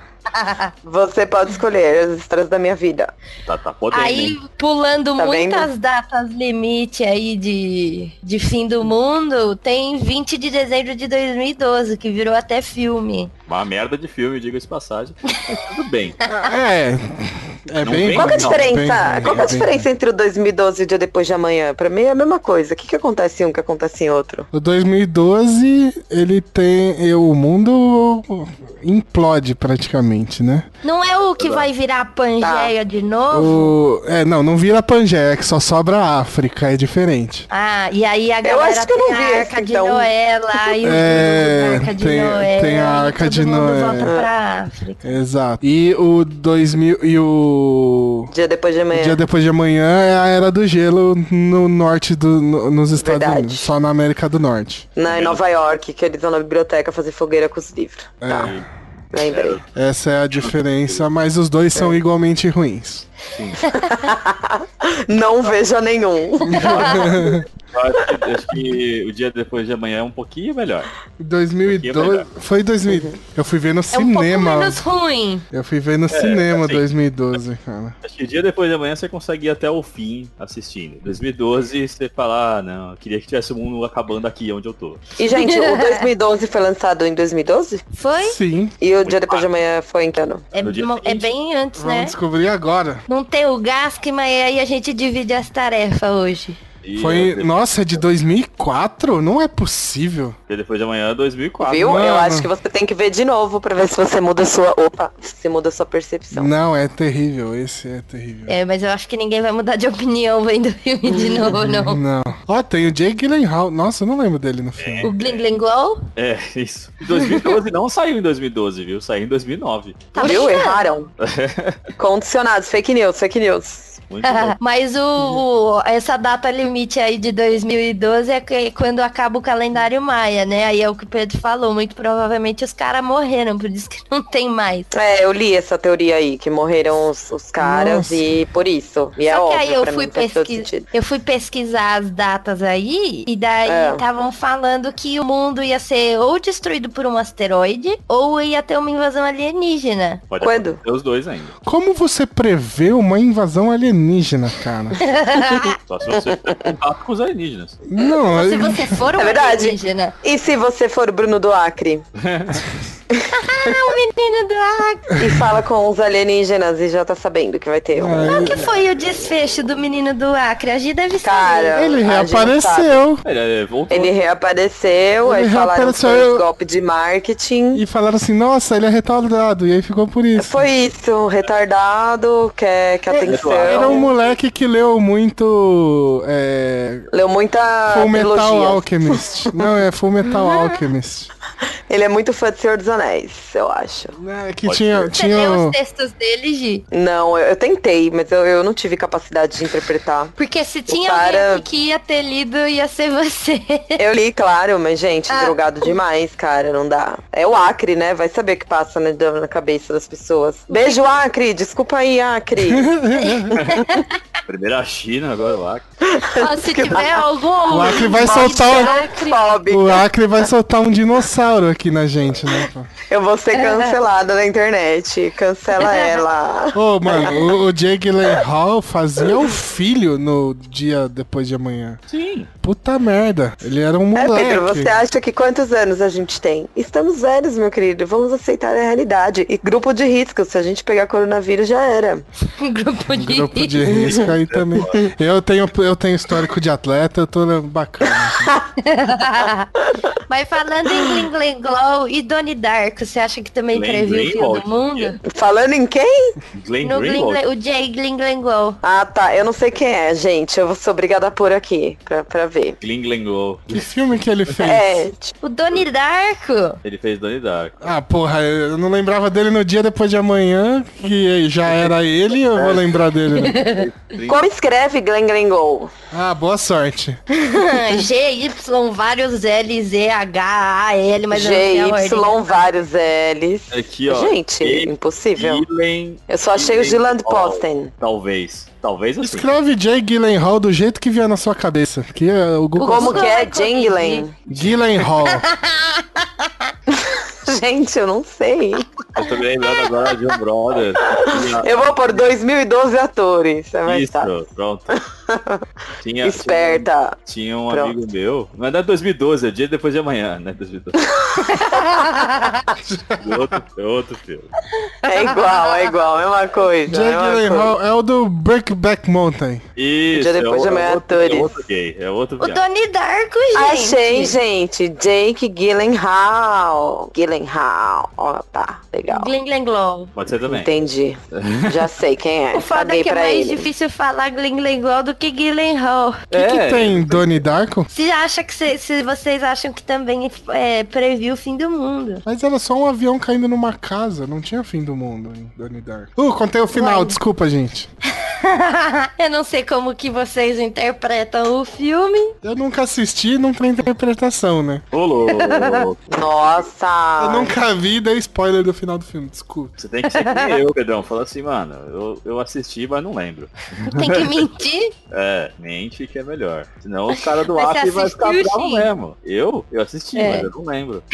Speaker 4: Você pode escolher as histórias da minha vida.
Speaker 3: Tá podendo.
Speaker 1: Aí, pulando
Speaker 4: Tá
Speaker 1: muitas
Speaker 4: vendo?
Speaker 1: datas limite aí de fim do mundo, tem 20 de dezembro de 2012, que virou até filme.
Speaker 3: Uma merda de filme, diga-se de passagem. Mas tudo bem.
Speaker 2: É. É
Speaker 3: Não
Speaker 2: bem
Speaker 3: vem?
Speaker 4: Qual que é a
Speaker 3: Não,
Speaker 4: diferença?
Speaker 2: bem,
Speaker 4: Qual que é a
Speaker 2: bem.
Speaker 4: diferença entre o 2012 e o dia depois de amanhã? Pra mim é a mesma coisa. O que acontece em um que acontece em outro?
Speaker 2: O 2012, ele tem. O mundo implode praticamente, né?
Speaker 1: Não é o que vai virar Pangeia de novo?
Speaker 2: Não vira Pangeia, é que só sobra a África, é diferente.
Speaker 1: Ah, e aí a
Speaker 4: Eu
Speaker 1: galera
Speaker 4: acho que eu não
Speaker 1: tem
Speaker 4: vi
Speaker 1: a
Speaker 4: esse,
Speaker 1: Arca de
Speaker 4: então.
Speaker 1: Noé lá, e o
Speaker 2: É,
Speaker 1: da Arca de
Speaker 2: tem-
Speaker 1: Noé.
Speaker 2: tem a
Speaker 1: e
Speaker 2: Arca
Speaker 1: todo
Speaker 2: de
Speaker 1: mundo
Speaker 2: Noé.
Speaker 1: volta pra África.
Speaker 2: Exato. E o 2000 e o
Speaker 4: Dia depois de amanhã.
Speaker 2: dia depois de amanhã é a Era do Gelo no norte nos Estados
Speaker 4: Verdade.
Speaker 2: Unidos, só na América do Norte.
Speaker 4: Em Nova York, que eles vão na biblioteca fazer fogueira com os livros. Tá, lembrei.
Speaker 2: Essa é a diferença, mas os dois são igualmente ruins.
Speaker 4: Não veja nenhum.
Speaker 3: Eu acho que o dia depois de amanhã é um pouquinho melhor.
Speaker 2: 2012, foi 2000. Eu fui ver no
Speaker 1: É um pouco
Speaker 2: cinema.
Speaker 1: menos ruim.
Speaker 2: Eu fui ver no cinema
Speaker 3: assim.
Speaker 2: 2012, cara.
Speaker 3: Acho que o dia depois de amanhã você consegue ir até o fim assistindo. 2012 você fala, não, eu queria que tivesse o mundo acabando aqui onde eu tô.
Speaker 4: E, gente, o 2012 foi lançado em 2012?
Speaker 1: Foi?
Speaker 2: Sim,
Speaker 4: E o dia depois de amanhã foi em que ano?
Speaker 1: É,
Speaker 3: No dia
Speaker 1: é
Speaker 3: seguinte.
Speaker 1: bem antes,
Speaker 2: vamos
Speaker 1: né?
Speaker 2: descobrir agora.
Speaker 1: Não tem o Gask, mas aí a gente divide as tarefas hoje.
Speaker 3: E
Speaker 2: Foi, nossa, é de 2004? Não é possível.
Speaker 3: dia depois de amanhã é 2004.
Speaker 4: Viu?
Speaker 2: mano.
Speaker 4: Eu acho que você tem que ver de novo pra ver se você muda a sua. Opa, se muda a sua percepção.
Speaker 2: Não, é terrível, esse é terrível.
Speaker 1: É, mas eu acho que ninguém vai mudar de opinião vendo o filme de novo, não.
Speaker 2: Não. Ó, tem o Jake Gyllenhaal. Nossa, eu não lembro dele no filme.
Speaker 1: O Gling Gling Glow?
Speaker 3: É, isso. Em 2012 não saiu em 2012, viu? Saiu em 2009.
Speaker 1: Tá
Speaker 4: Viu?
Speaker 1: brincando?
Speaker 4: Erraram. Condicionados, fake news, fake news.
Speaker 3: Muito bom.
Speaker 1: Mas essa data limite aí de 2012 é quando acaba o calendário maia, né? Aí é o que o Pedro falou, muito provavelmente os caras morreram, por isso que não tem mais.
Speaker 4: É, eu li essa teoria aí, que morreram os caras
Speaker 2: Nossa.
Speaker 4: e por isso. E é
Speaker 1: Só que
Speaker 4: óbvio
Speaker 1: aí eu
Speaker 4: pra
Speaker 1: fui,
Speaker 4: mim, faz todo sentido.
Speaker 1: eu fui pesquisar as datas aí, e daí estavam falando que o mundo ia ser ou destruído por um asteroide, ou ia ter uma invasão alienígena.
Speaker 3: Pode
Speaker 4: Quando?
Speaker 3: acontecer os dois ainda.
Speaker 2: Como você prevê uma invasão alienígena, cara?
Speaker 3: Só se você for em contato com os alienígenas.
Speaker 2: Não,
Speaker 1: Se você for um
Speaker 4: É verdade.
Speaker 1: alienígena.
Speaker 4: E se você for o Bruno do Acre
Speaker 1: Ah, o menino do Acre.
Speaker 4: e fala com os alienígenas e já tá sabendo que vai ter um.
Speaker 1: Qual que foi o desfecho do menino do Acre? A Gi deve saber.
Speaker 4: Cara,
Speaker 2: ele
Speaker 4: a gente
Speaker 2: reapareceu.
Speaker 3: Ele voltou.
Speaker 4: Ele reapareceu, aí
Speaker 2: Ele
Speaker 4: falaram que
Speaker 2: reapareceu,
Speaker 4: foi
Speaker 2: eu-
Speaker 4: golpe de marketing.
Speaker 2: E falaram assim, nossa, ele é retardado. E aí ficou por isso.
Speaker 4: Foi isso, retardado, quer atenção.
Speaker 2: Era um moleque que leu muito.
Speaker 4: Leu muita
Speaker 2: Full Metal
Speaker 4: trilogia.
Speaker 2: Alchemist. Não, é Full Metal Alchemist.
Speaker 4: Ele é muito fã de Senhor dos Anéis, eu acho.
Speaker 2: É, que
Speaker 3: Pode
Speaker 2: tinha.
Speaker 3: ser.
Speaker 1: Você leu
Speaker 2: tinha
Speaker 1: os textos dele, Gi?
Speaker 4: Não, eu tentei, mas eu não tive capacidade de interpretar.
Speaker 1: Porque se tinha
Speaker 4: cara-
Speaker 1: alguém aqui que ia ter lido, ia ser você.
Speaker 4: Eu li, claro, mas, gente, drogado demais, cara, não dá. É o Acre, né? Vai saber o que passa na cabeça das pessoas. Beijo, Acre! Desculpa aí, Acre!
Speaker 3: Primeiro a China, agora lá.
Speaker 1: Ó, se tiver algum...
Speaker 2: O Acre vai soltar
Speaker 1: Acre.
Speaker 2: o Acre vai soltar um dinossauro aqui na gente, né? pô?
Speaker 4: Eu vou ser cancelada na internet. Cancela ela.
Speaker 2: Ô, mano, o Jake Gyllenhaal fazia o filho no dia depois de amanhã.
Speaker 3: Sim.
Speaker 2: Puta merda. Ele era um
Speaker 4: É,
Speaker 2: moleque.
Speaker 4: Pedro, você acha que quantos anos a gente tem? Estamos velhos, meu querido. Vamos aceitar a realidade. E grupo de risco, se a gente pegar coronavírus, já era.
Speaker 1: Grupo de...
Speaker 2: Grupo de risco aí também. Eu tenho histórico de atleta, eu tô bacana.
Speaker 1: Mas falando em Gling Gling Glow e Donnie Darko, você acha que também
Speaker 3: Glenn
Speaker 1: previu o fim
Speaker 3: Greenwald,
Speaker 1: do mundo?
Speaker 4: Falando em quem?
Speaker 3: Glenn
Speaker 1: No Gling
Speaker 3: Greenwald.
Speaker 1: Gling, o Jay Gling Gling Glow.
Speaker 4: Ah, tá. Eu não sei quem é, gente. Eu sou obrigada a pôr aqui pra ver.
Speaker 3: Gling Gling Glow.
Speaker 2: Que filme que ele fez?
Speaker 4: É, tipo,
Speaker 1: O Donnie Darko.
Speaker 3: Ele fez Donnie Darko.
Speaker 2: Ah, porra, eu não lembrava dele no dia depois de amanhã, que já era ele, eu vou lembrar dele. Né?
Speaker 4: como escreve Glenn Glengow?
Speaker 2: Ah, boa sorte.
Speaker 1: GY, vários L, Z, H, A, L, mas eu não sei a ordem.
Speaker 4: GY, vários L's.
Speaker 3: Aqui, ó.
Speaker 4: Gente, impossível.
Speaker 3: Gillen-
Speaker 4: Eu só achei o Gilland Posten.
Speaker 3: Talvez. Talvez assim.
Speaker 2: Escreve Jay Gyllenhaal do jeito que vier na sua cabeça. Que o Google...
Speaker 4: Como
Speaker 1: Google
Speaker 4: que é
Speaker 1: vai corrigir.
Speaker 4: Janglen?
Speaker 2: Gyllenhaal.
Speaker 4: Gente, eu não sei.
Speaker 3: Eu tô me lembrando agora de um brother.
Speaker 4: Eu vou por 2012 atores. É mais
Speaker 3: Isso,
Speaker 4: fácil.
Speaker 3: pronto.
Speaker 4: Esperta.
Speaker 3: Tinha um
Speaker 4: Pronto.
Speaker 3: amigo meu, não é 2012, é o dia depois de amanhã, né? 2012. É outro filme.
Speaker 4: É igual, mesma coisa.
Speaker 2: Jake
Speaker 4: mesma coisa.
Speaker 2: Gyllenhaal é o do Breakback Mountain.
Speaker 3: Isso,
Speaker 4: Dia depois de amanhã, atores.
Speaker 3: é outro gay, é outro
Speaker 1: O
Speaker 3: viado.
Speaker 1: Donnie Darko, gente.
Speaker 4: Achei, gente. Jake Gyllenhaal. Ó, tá. Legal.
Speaker 1: Gling Gling Glow.
Speaker 3: Pode ser também.
Speaker 4: Entendi. Já sei quem é.
Speaker 1: O foda
Speaker 4: Paguei
Speaker 1: é que é
Speaker 4: pra
Speaker 1: mais
Speaker 4: ele.
Speaker 1: difícil falar Gling Gling Glow do que Gyllenhaal.
Speaker 2: O que tem Donnie Darko?
Speaker 1: Se acha que se vocês acham que também previu o fim do mundo.
Speaker 2: Mas era só um avião caindo numa casa, não tinha fim do mundo em Donnie Darko. Contei o final,
Speaker 1: Uai.
Speaker 2: desculpa, gente.
Speaker 1: Eu não sei como que vocês interpretam o filme.
Speaker 2: Eu nunca assisti, não tem interpretação, né?
Speaker 3: Ô, louco.
Speaker 4: Nossa.
Speaker 2: Eu nunca vi e dei spoiler do final do filme, desculpa.
Speaker 3: Você tem que ser que nem eu, Pedrão. Fala assim, mano, eu assisti, mas não lembro.
Speaker 1: Tem que mentir.
Speaker 3: É, mente que é melhor. Senão os caras do
Speaker 1: Mas
Speaker 3: AF
Speaker 1: você
Speaker 3: vai ficar
Speaker 1: assistiu,
Speaker 3: bravo
Speaker 1: Chico?
Speaker 3: mesmo. Eu assisti,
Speaker 1: É.
Speaker 3: mas eu não lembro.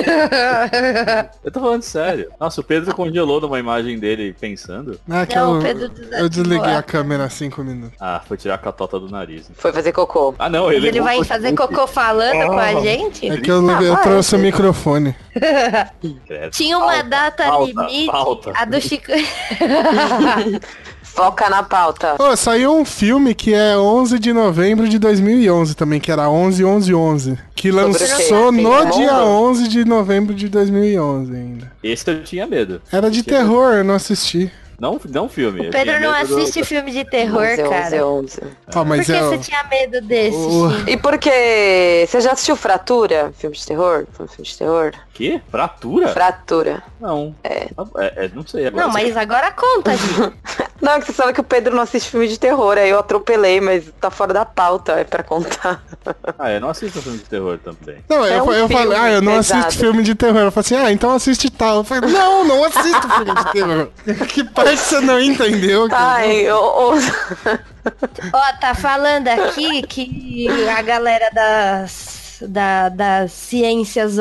Speaker 3: Eu tô falando sério. Nossa, o Pedro congelou numa imagem dele pensando.
Speaker 2: Ah, que
Speaker 1: Não,
Speaker 2: eu,
Speaker 1: Pedro,
Speaker 2: eu desliguei
Speaker 1: desativou.
Speaker 2: a câmera há 5 minutos.
Speaker 3: Ah, foi tirar a catota do nariz.
Speaker 4: Foi fazer cocô.
Speaker 3: Ah, não,
Speaker 1: Ele
Speaker 3: levou
Speaker 1: vai
Speaker 3: o
Speaker 1: fazer
Speaker 3: chute.
Speaker 1: cocô falando com a gente?
Speaker 2: É que eu trouxe o microfone.
Speaker 3: Credo.
Speaker 1: Tinha uma data limite.
Speaker 3: pauta.
Speaker 1: A do Chico.
Speaker 4: Foca na pauta.
Speaker 2: Ô, saiu um filme que é 11 de novembro de 2011 também, que era 11-11-11. Que
Speaker 4: Sobre o quê?
Speaker 2: lançou
Speaker 4: Fim
Speaker 2: no
Speaker 4: do
Speaker 2: dia
Speaker 4: mundo?
Speaker 2: 11 de novembro de 2011 ainda.
Speaker 3: Esse eu tinha medo.
Speaker 2: Era de
Speaker 3: Tinha medo.
Speaker 2: terror, eu não assisti.
Speaker 3: Não filme. eu
Speaker 1: O Pedro
Speaker 3: tinha
Speaker 1: não
Speaker 3: medo do-
Speaker 1: assiste filme de terror,
Speaker 4: 11,
Speaker 1: cara.
Speaker 4: 11.
Speaker 2: Ah,
Speaker 1: Por
Speaker 2: mas
Speaker 1: que
Speaker 2: é...
Speaker 1: você tinha medo desse? Chico?
Speaker 4: E porque... Você já assistiu Fratura? Filme de terror? Filme de terror?
Speaker 3: Quê? Fratura?
Speaker 4: Fratura.
Speaker 3: Não. Não sei agora.
Speaker 1: Não, mas agora conta, gente.
Speaker 4: Não, é que você sabe que o Pedro não assiste filme de terror, aí eu atropelei, mas tá fora da pauta, é pra contar.
Speaker 3: Ah, eu não assisto filme de terror também.
Speaker 2: Não,
Speaker 4: É
Speaker 2: eu
Speaker 4: um
Speaker 2: falei,
Speaker 4: filme
Speaker 2: eu não
Speaker 4: pesado.
Speaker 2: assisto filme de terror. Eu falei assim, então assiste tal. Eu falei, não assisto filme de terror. Que parte você não entendeu?
Speaker 4: Ai,
Speaker 1: Ó, tá falando aqui que a galera das ciências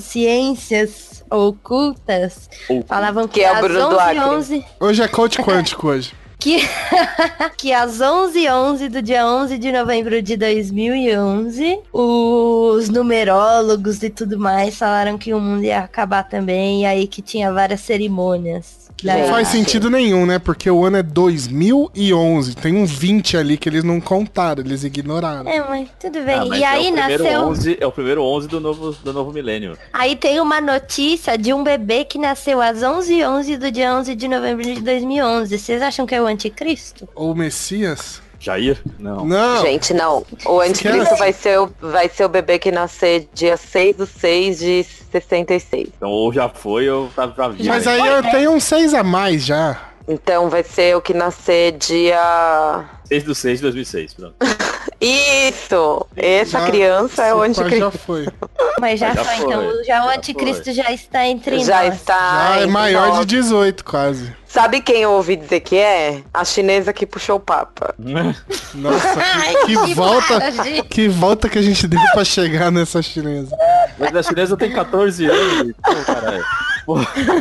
Speaker 1: ocultas falavam
Speaker 4: Que
Speaker 1: que
Speaker 4: é o
Speaker 1: às
Speaker 4: Bruno do Acre.
Speaker 1: 11h11
Speaker 2: Hoje é coach quântico hoje.
Speaker 1: que às 11h11 do dia 11 de novembro de 2011, os numerólogos e tudo mais falaram que o mundo ia acabar também, e aí que tinha várias cerimônias.
Speaker 2: Não faz sentido nenhum, né? Porque o ano é 2011. Tem um 20 ali que eles não contaram, eles ignoraram.
Speaker 1: É, mas tudo bem.
Speaker 3: Ah, mas
Speaker 1: E aí
Speaker 3: é o primeiro
Speaker 1: nasceu...
Speaker 3: 11, é o primeiro 11 do novo milênio.
Speaker 1: Aí tem uma notícia de um bebê que nasceu às 11h11 do dia 11 de novembro de 2011. Vocês acham que é o anticristo?
Speaker 2: Ou Messias?
Speaker 3: Jair? Não.
Speaker 2: Não.
Speaker 4: Gente, não. O anticristo vai ser o bebê que nascer dia 6/6 de 66.
Speaker 3: Então ou já foi ou tá pra vir.
Speaker 2: Mas
Speaker 3: né?
Speaker 2: aí eu tenho um 6 a mais já.
Speaker 4: Então vai ser o que nascer dia...
Speaker 3: 6/6/2006, pronto.
Speaker 4: Isso! Essa
Speaker 2: Já-
Speaker 4: criança é o
Speaker 2: esse pai
Speaker 4: anticristo.
Speaker 2: Já foi.
Speaker 1: Mas já,
Speaker 3: Já
Speaker 1: foi,
Speaker 3: foi,
Speaker 1: então já o
Speaker 3: já
Speaker 1: anticristo
Speaker 3: foi.
Speaker 1: já está entre
Speaker 4: Já
Speaker 1: nós.
Speaker 4: está.
Speaker 2: Já é
Speaker 4: entre
Speaker 2: maior
Speaker 4: nós.
Speaker 2: de 18, quase.
Speaker 4: Sabe quem eu ouvi dizer que é? A chinesa que puxou o Papa.
Speaker 2: Nossa,
Speaker 1: Ai,
Speaker 2: que volta.
Speaker 1: imagem.
Speaker 2: Que volta que a gente deu pra chegar nessa chinesa.
Speaker 3: Mas a chinesa tem 14 anos. Pô, caralho. Pô,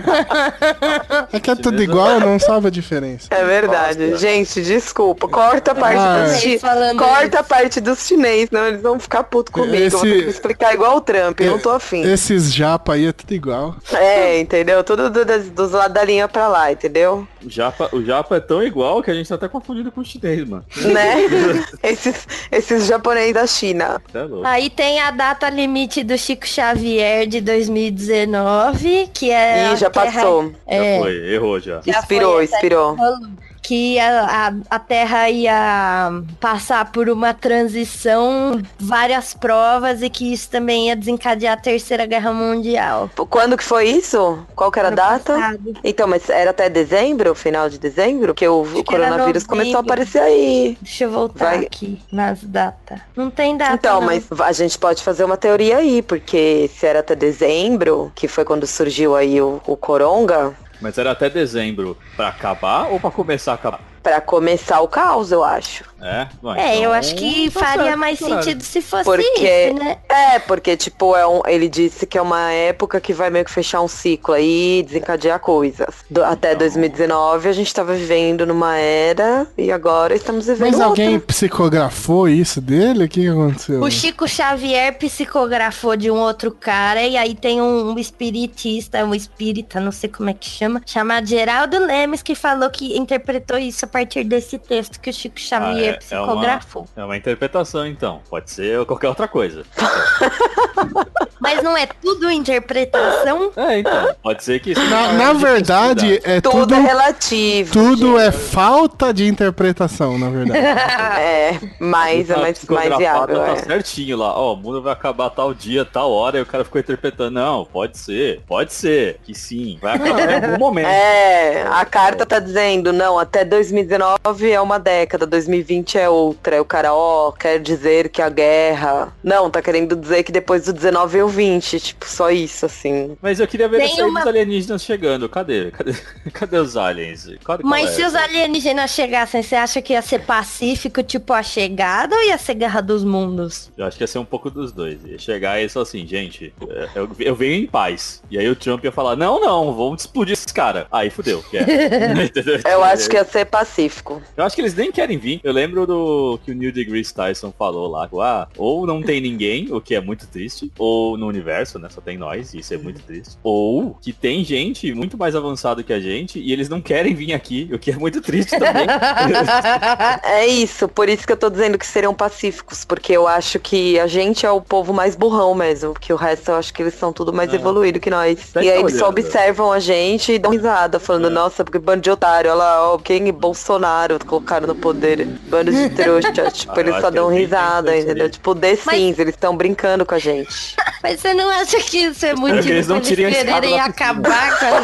Speaker 2: É que é tudo igual, não sabe a diferença.
Speaker 4: É verdade.
Speaker 3: Nossa.
Speaker 4: Gente, desculpa. Corta a parte
Speaker 2: Ah,
Speaker 4: dos
Speaker 2: é.
Speaker 4: chi...
Speaker 1: Falando
Speaker 4: Corta
Speaker 1: isso.
Speaker 4: a parte dos chinês, senão eles vão ficar putos comigo. Eu vou ter que me explicar igual o Trump, eu não tô afim.
Speaker 2: Esses japa aí é tudo igual.
Speaker 4: É, entendeu? Tudo dos lados da linha pra lá, entendeu?
Speaker 3: o japa é tão igual que a gente tá até confundido com o chinês, mano.
Speaker 4: Né? esses japoneses da China.
Speaker 3: Tá louco.
Speaker 1: Aí tem a data limite do Chico Xavier de 2019, que é...
Speaker 4: Ih, já
Speaker 1: a Terra-
Speaker 4: passou.
Speaker 1: É,
Speaker 3: Já foi, errou já.
Speaker 1: Já
Speaker 4: Expirou,
Speaker 1: foi, essa
Speaker 4: expirou.
Speaker 1: que a Terra ia passar por uma transição, várias provas, e que isso também ia desencadear a Terceira Guerra Mundial.
Speaker 4: Quando que foi isso? Qual que era a
Speaker 1: Ano
Speaker 4: data?
Speaker 1: passado.
Speaker 4: Então, mas era até dezembro, final de dezembro? Que o
Speaker 1: que era
Speaker 4: coronavírus começou a
Speaker 1: novembro.
Speaker 4: aparecer aí.
Speaker 1: Deixa eu voltar
Speaker 4: Vai.
Speaker 1: aqui nas datas. Não tem data,
Speaker 4: Então,
Speaker 1: não.
Speaker 4: mas a gente pode fazer uma teoria aí, porque se era até dezembro, que foi quando surgiu aí o Coronga,
Speaker 3: Mas era até dezembro pra acabar ou pra começar a acabar?
Speaker 4: Pra começar o caos, eu acho.
Speaker 3: Bom,
Speaker 1: eu acho que
Speaker 3: tá
Speaker 1: faria
Speaker 3: certo,
Speaker 1: mais
Speaker 3: caralho.
Speaker 1: sentido se fosse
Speaker 4: Porque,
Speaker 1: isso, né?
Speaker 4: porque, tipo, ele disse que é uma época que vai meio que fechar um ciclo aí, desencadear coisas. Até 2019 a gente tava vivendo numa era e agora estamos vivendo
Speaker 2: Mas
Speaker 4: outra.
Speaker 2: alguém psicografou isso dele? O que aconteceu?
Speaker 1: O Chico Xavier psicografou de um outro cara e aí tem um espiritista, um espírita, não sei como é que chama, chamado Geraldo Lemes, que falou que interpretou isso a partir desse texto que o Chico Xavier psicografou.
Speaker 3: É uma interpretação, então. Pode ser qualquer outra coisa.
Speaker 1: Mas não é tudo interpretação?
Speaker 3: Então. Pode ser que isso.
Speaker 2: Na verdade, é
Speaker 4: Tudo é relativo.
Speaker 2: Tudo
Speaker 4: gente.
Speaker 2: é falta de interpretação, na verdade.
Speaker 4: Mais viável.
Speaker 3: Tá certinho lá. Ó, o mundo vai acabar tal dia, tal hora, e o cara ficou interpretando. Não, pode ser. Que sim. Vai acabar em algum momento.
Speaker 4: A carta tá dizendo, não, até 2019 é uma década, 2020 é outra. Aí o cara, quer dizer que a guerra... Não, tá querendo dizer que depois do 19 é o 20, tipo, só isso, assim.
Speaker 3: Mas eu queria ver os alienígenas chegando. Cadê os aliens?
Speaker 1: Mas se os alienígenas chegassem, você acha que ia ser pacífico, tipo a chegada, ou ia ser Guerra dos Mundos?
Speaker 3: Eu acho que ia ser um pouco dos dois. Ia chegar e só assim, gente, eu venho em paz. E aí o Trump ia falar, não, vamos explodir esses caras. Aí fudeu.
Speaker 4: Eu acho que ia ser pacífico.
Speaker 3: Eu acho que eles nem querem vir. Eu lembro do que o Neil deGrasse Tyson falou lá. Ou não tem ninguém, o que é muito triste. Ou no universo, né? Só tem nós, e isso é muito triste. Ou que tem gente muito mais avançada que a gente e eles não querem vir aqui, o que é muito triste também.
Speaker 4: É isso, por isso que eu tô dizendo que seriam pacíficos, porque eu acho que a gente é o povo mais burrão mesmo, porque o resto eu acho que eles são tudo mais evoluído que nós. E aí eles só observam a gente e dão risada, falando, nossa, porque bando de otário, olha lá, quem Bolsonaro colocaram no poder, bando de trouxa, tipo, eles só dão risada, entendeu? Tipo, The Sims, eles estão brincando com a gente.
Speaker 1: Mas você não acha que isso é muito
Speaker 3: eles não tirem a escada
Speaker 1: quererem
Speaker 3: da
Speaker 1: acabar com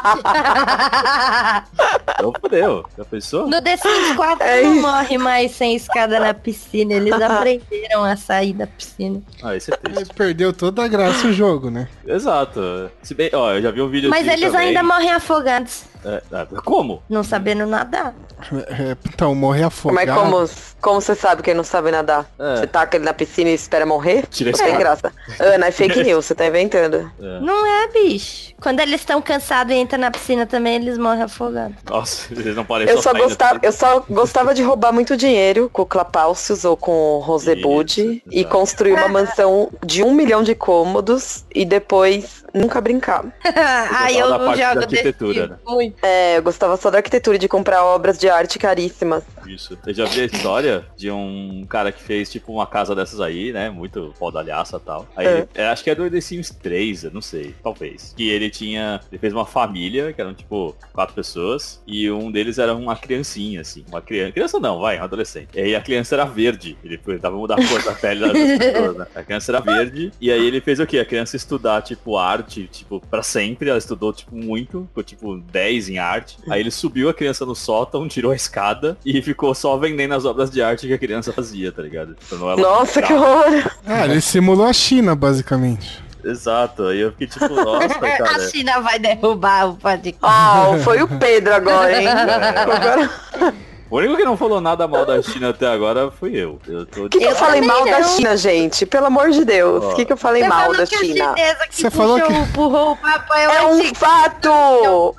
Speaker 1: a gente?
Speaker 3: Então fodeu, já pensou?
Speaker 1: No The Sims 4 não morre mais sem escada na piscina, eles aprenderam a sair da piscina.
Speaker 3: Isso é triste.
Speaker 2: Perdeu toda a graça o jogo, né?
Speaker 3: Exato. Se bem, eu já vi um vídeo
Speaker 1: Mas eles
Speaker 3: também.
Speaker 1: ainda morrem afogados.
Speaker 3: Como?
Speaker 1: Não sabendo nadar.
Speaker 2: Então, morrer afogado.
Speaker 4: Mas como você sabe quem não sabe nadar? Você taca ele na piscina e espera morrer?
Speaker 3: Tira
Speaker 4: Não tem graça. Ana, é fake news, você tá inventando.
Speaker 1: Não é, bicho. Quando eles estão cansados e entram na piscina também, eles morrem afogados.
Speaker 3: Nossa, eles não parecem
Speaker 4: Eu só gostava de roubar muito dinheiro com o Clapaucius ou com o Rosebud e construir uma mansão de 1 milhão de cômodos e depois nunca brincar.
Speaker 1: Eu
Speaker 3: da parte
Speaker 1: jogo
Speaker 3: da arquitetura, né?
Speaker 1: muito.
Speaker 4: Eu gostava só da arquitetura e de comprar obras de arte caríssimas.
Speaker 3: Isso. Eu já vi a história de um cara que fez tipo uma casa dessas aí, né? Muito podalhaça e tal. Aí acho que é do The Sims 3, eu não sei, talvez. Que ele fez uma família, que eram tipo 4 pessoas, e um deles era uma criancinha, assim. Uma criança não, um adolescente. E aí a criança era verde. Ele tava mudando a cor da pele das pessoas, né? A criança era verde, e aí ele fez o quê? A criança estudar, tipo, arte, tipo, pra sempre. Ela estudou, tipo, muito. Ficou, tipo, 10 em arte. Aí ele subiu a criança no sótão, tirou a escada e ficou só vendendo as obras de arte que a criança fazia, tá ligado?
Speaker 4: Nossa, que horror!
Speaker 2: Ele simulou a China, basicamente.
Speaker 3: Exato, aí eu fiquei tipo, nossa, cara.
Speaker 1: A China vai derrubar o podcast.
Speaker 4: Foi o Pedro agora, hein? Agora...
Speaker 3: O único que não falou nada mal da China até agora fui eu.
Speaker 4: O que eu falei mal da China, gente? Pelo amor de Deus. O que eu falei mal da China?
Speaker 1: Você falou que empurrou o Papa.
Speaker 4: É um fato!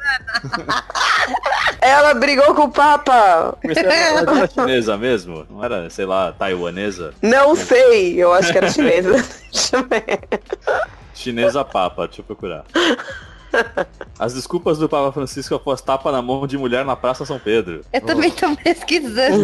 Speaker 4: Ela brigou com o Papa.
Speaker 3: Mas ela era chinesa mesmo? Não era, sei lá, taiwanesa?
Speaker 4: Não sei. Eu acho que era chinesa. Deixa eu ver.
Speaker 3: Chinesa Papa, deixa eu procurar. As desculpas do Papa Francisco após tapa na mão de mulher na Praça São Pedro.
Speaker 1: Eu também tô pesquisando.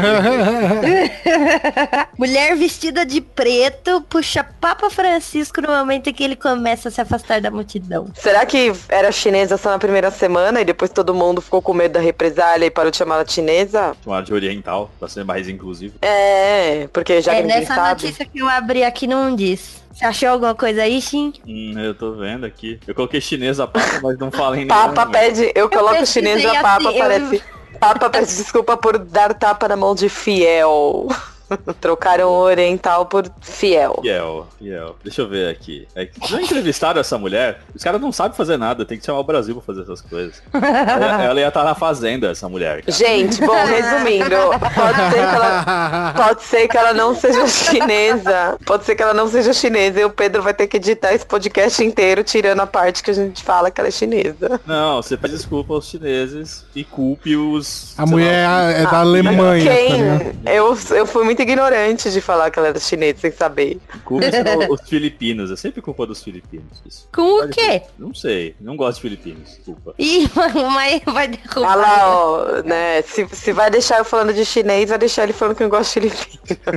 Speaker 1: Mulher vestida de preto puxa Papa Francisco no momento em que ele começa a se afastar da multidão.
Speaker 4: Será que era chinesa só na primeira semana e depois todo mundo ficou com medo da represália e parou de chamar ela de chinesa?
Speaker 3: Chamaram de oriental, pra ser mais inclusivo.
Speaker 4: Porque já que ninguém
Speaker 1: nessa
Speaker 4: sabe.
Speaker 1: notícia que eu abri aqui não diz. Você achou alguma coisa aí, Shin?
Speaker 3: Eu tô vendo aqui. Eu coloquei chinesa Papa, mas não falei nem.
Speaker 4: Papa pede, eu coloco chinesa Papa,
Speaker 1: assim,
Speaker 4: parece. Papa pede desculpa por dar tapa na mão de fiel. Trocaram o oriental por fiel.
Speaker 3: Fiel. Deixa eu ver aqui. Já entrevistaram essa mulher? Os caras não sabem fazer nada, tem que chamar o Brasil pra fazer essas coisas. Ela ia estar na fazenda, essa mulher. Cara.
Speaker 4: Gente, bom, resumindo, pode ser que ela não seja chinesa. Pode ser que ela não seja chinesa e o Pedro vai ter que editar esse podcast inteiro tirando a parte que a gente fala que ela é chinesa.
Speaker 3: Não, você pede desculpa aos chineses e culpe os...
Speaker 2: A mulher é da Alemanha.
Speaker 4: Quem? Eu fui muito ignorante de falar que ela era chinesa sem saber.
Speaker 3: Culpe os filipinos, é sempre culpa dos filipinos. Isso.
Speaker 1: Com o quê?
Speaker 3: Não sei, não gosto de filipinos, desculpa.
Speaker 1: Ih, mas vai derrubar.
Speaker 4: Ah lá, ó, né, se vai deixar eu falando de chinês, vai deixar ele falando que eu gosto de filipino.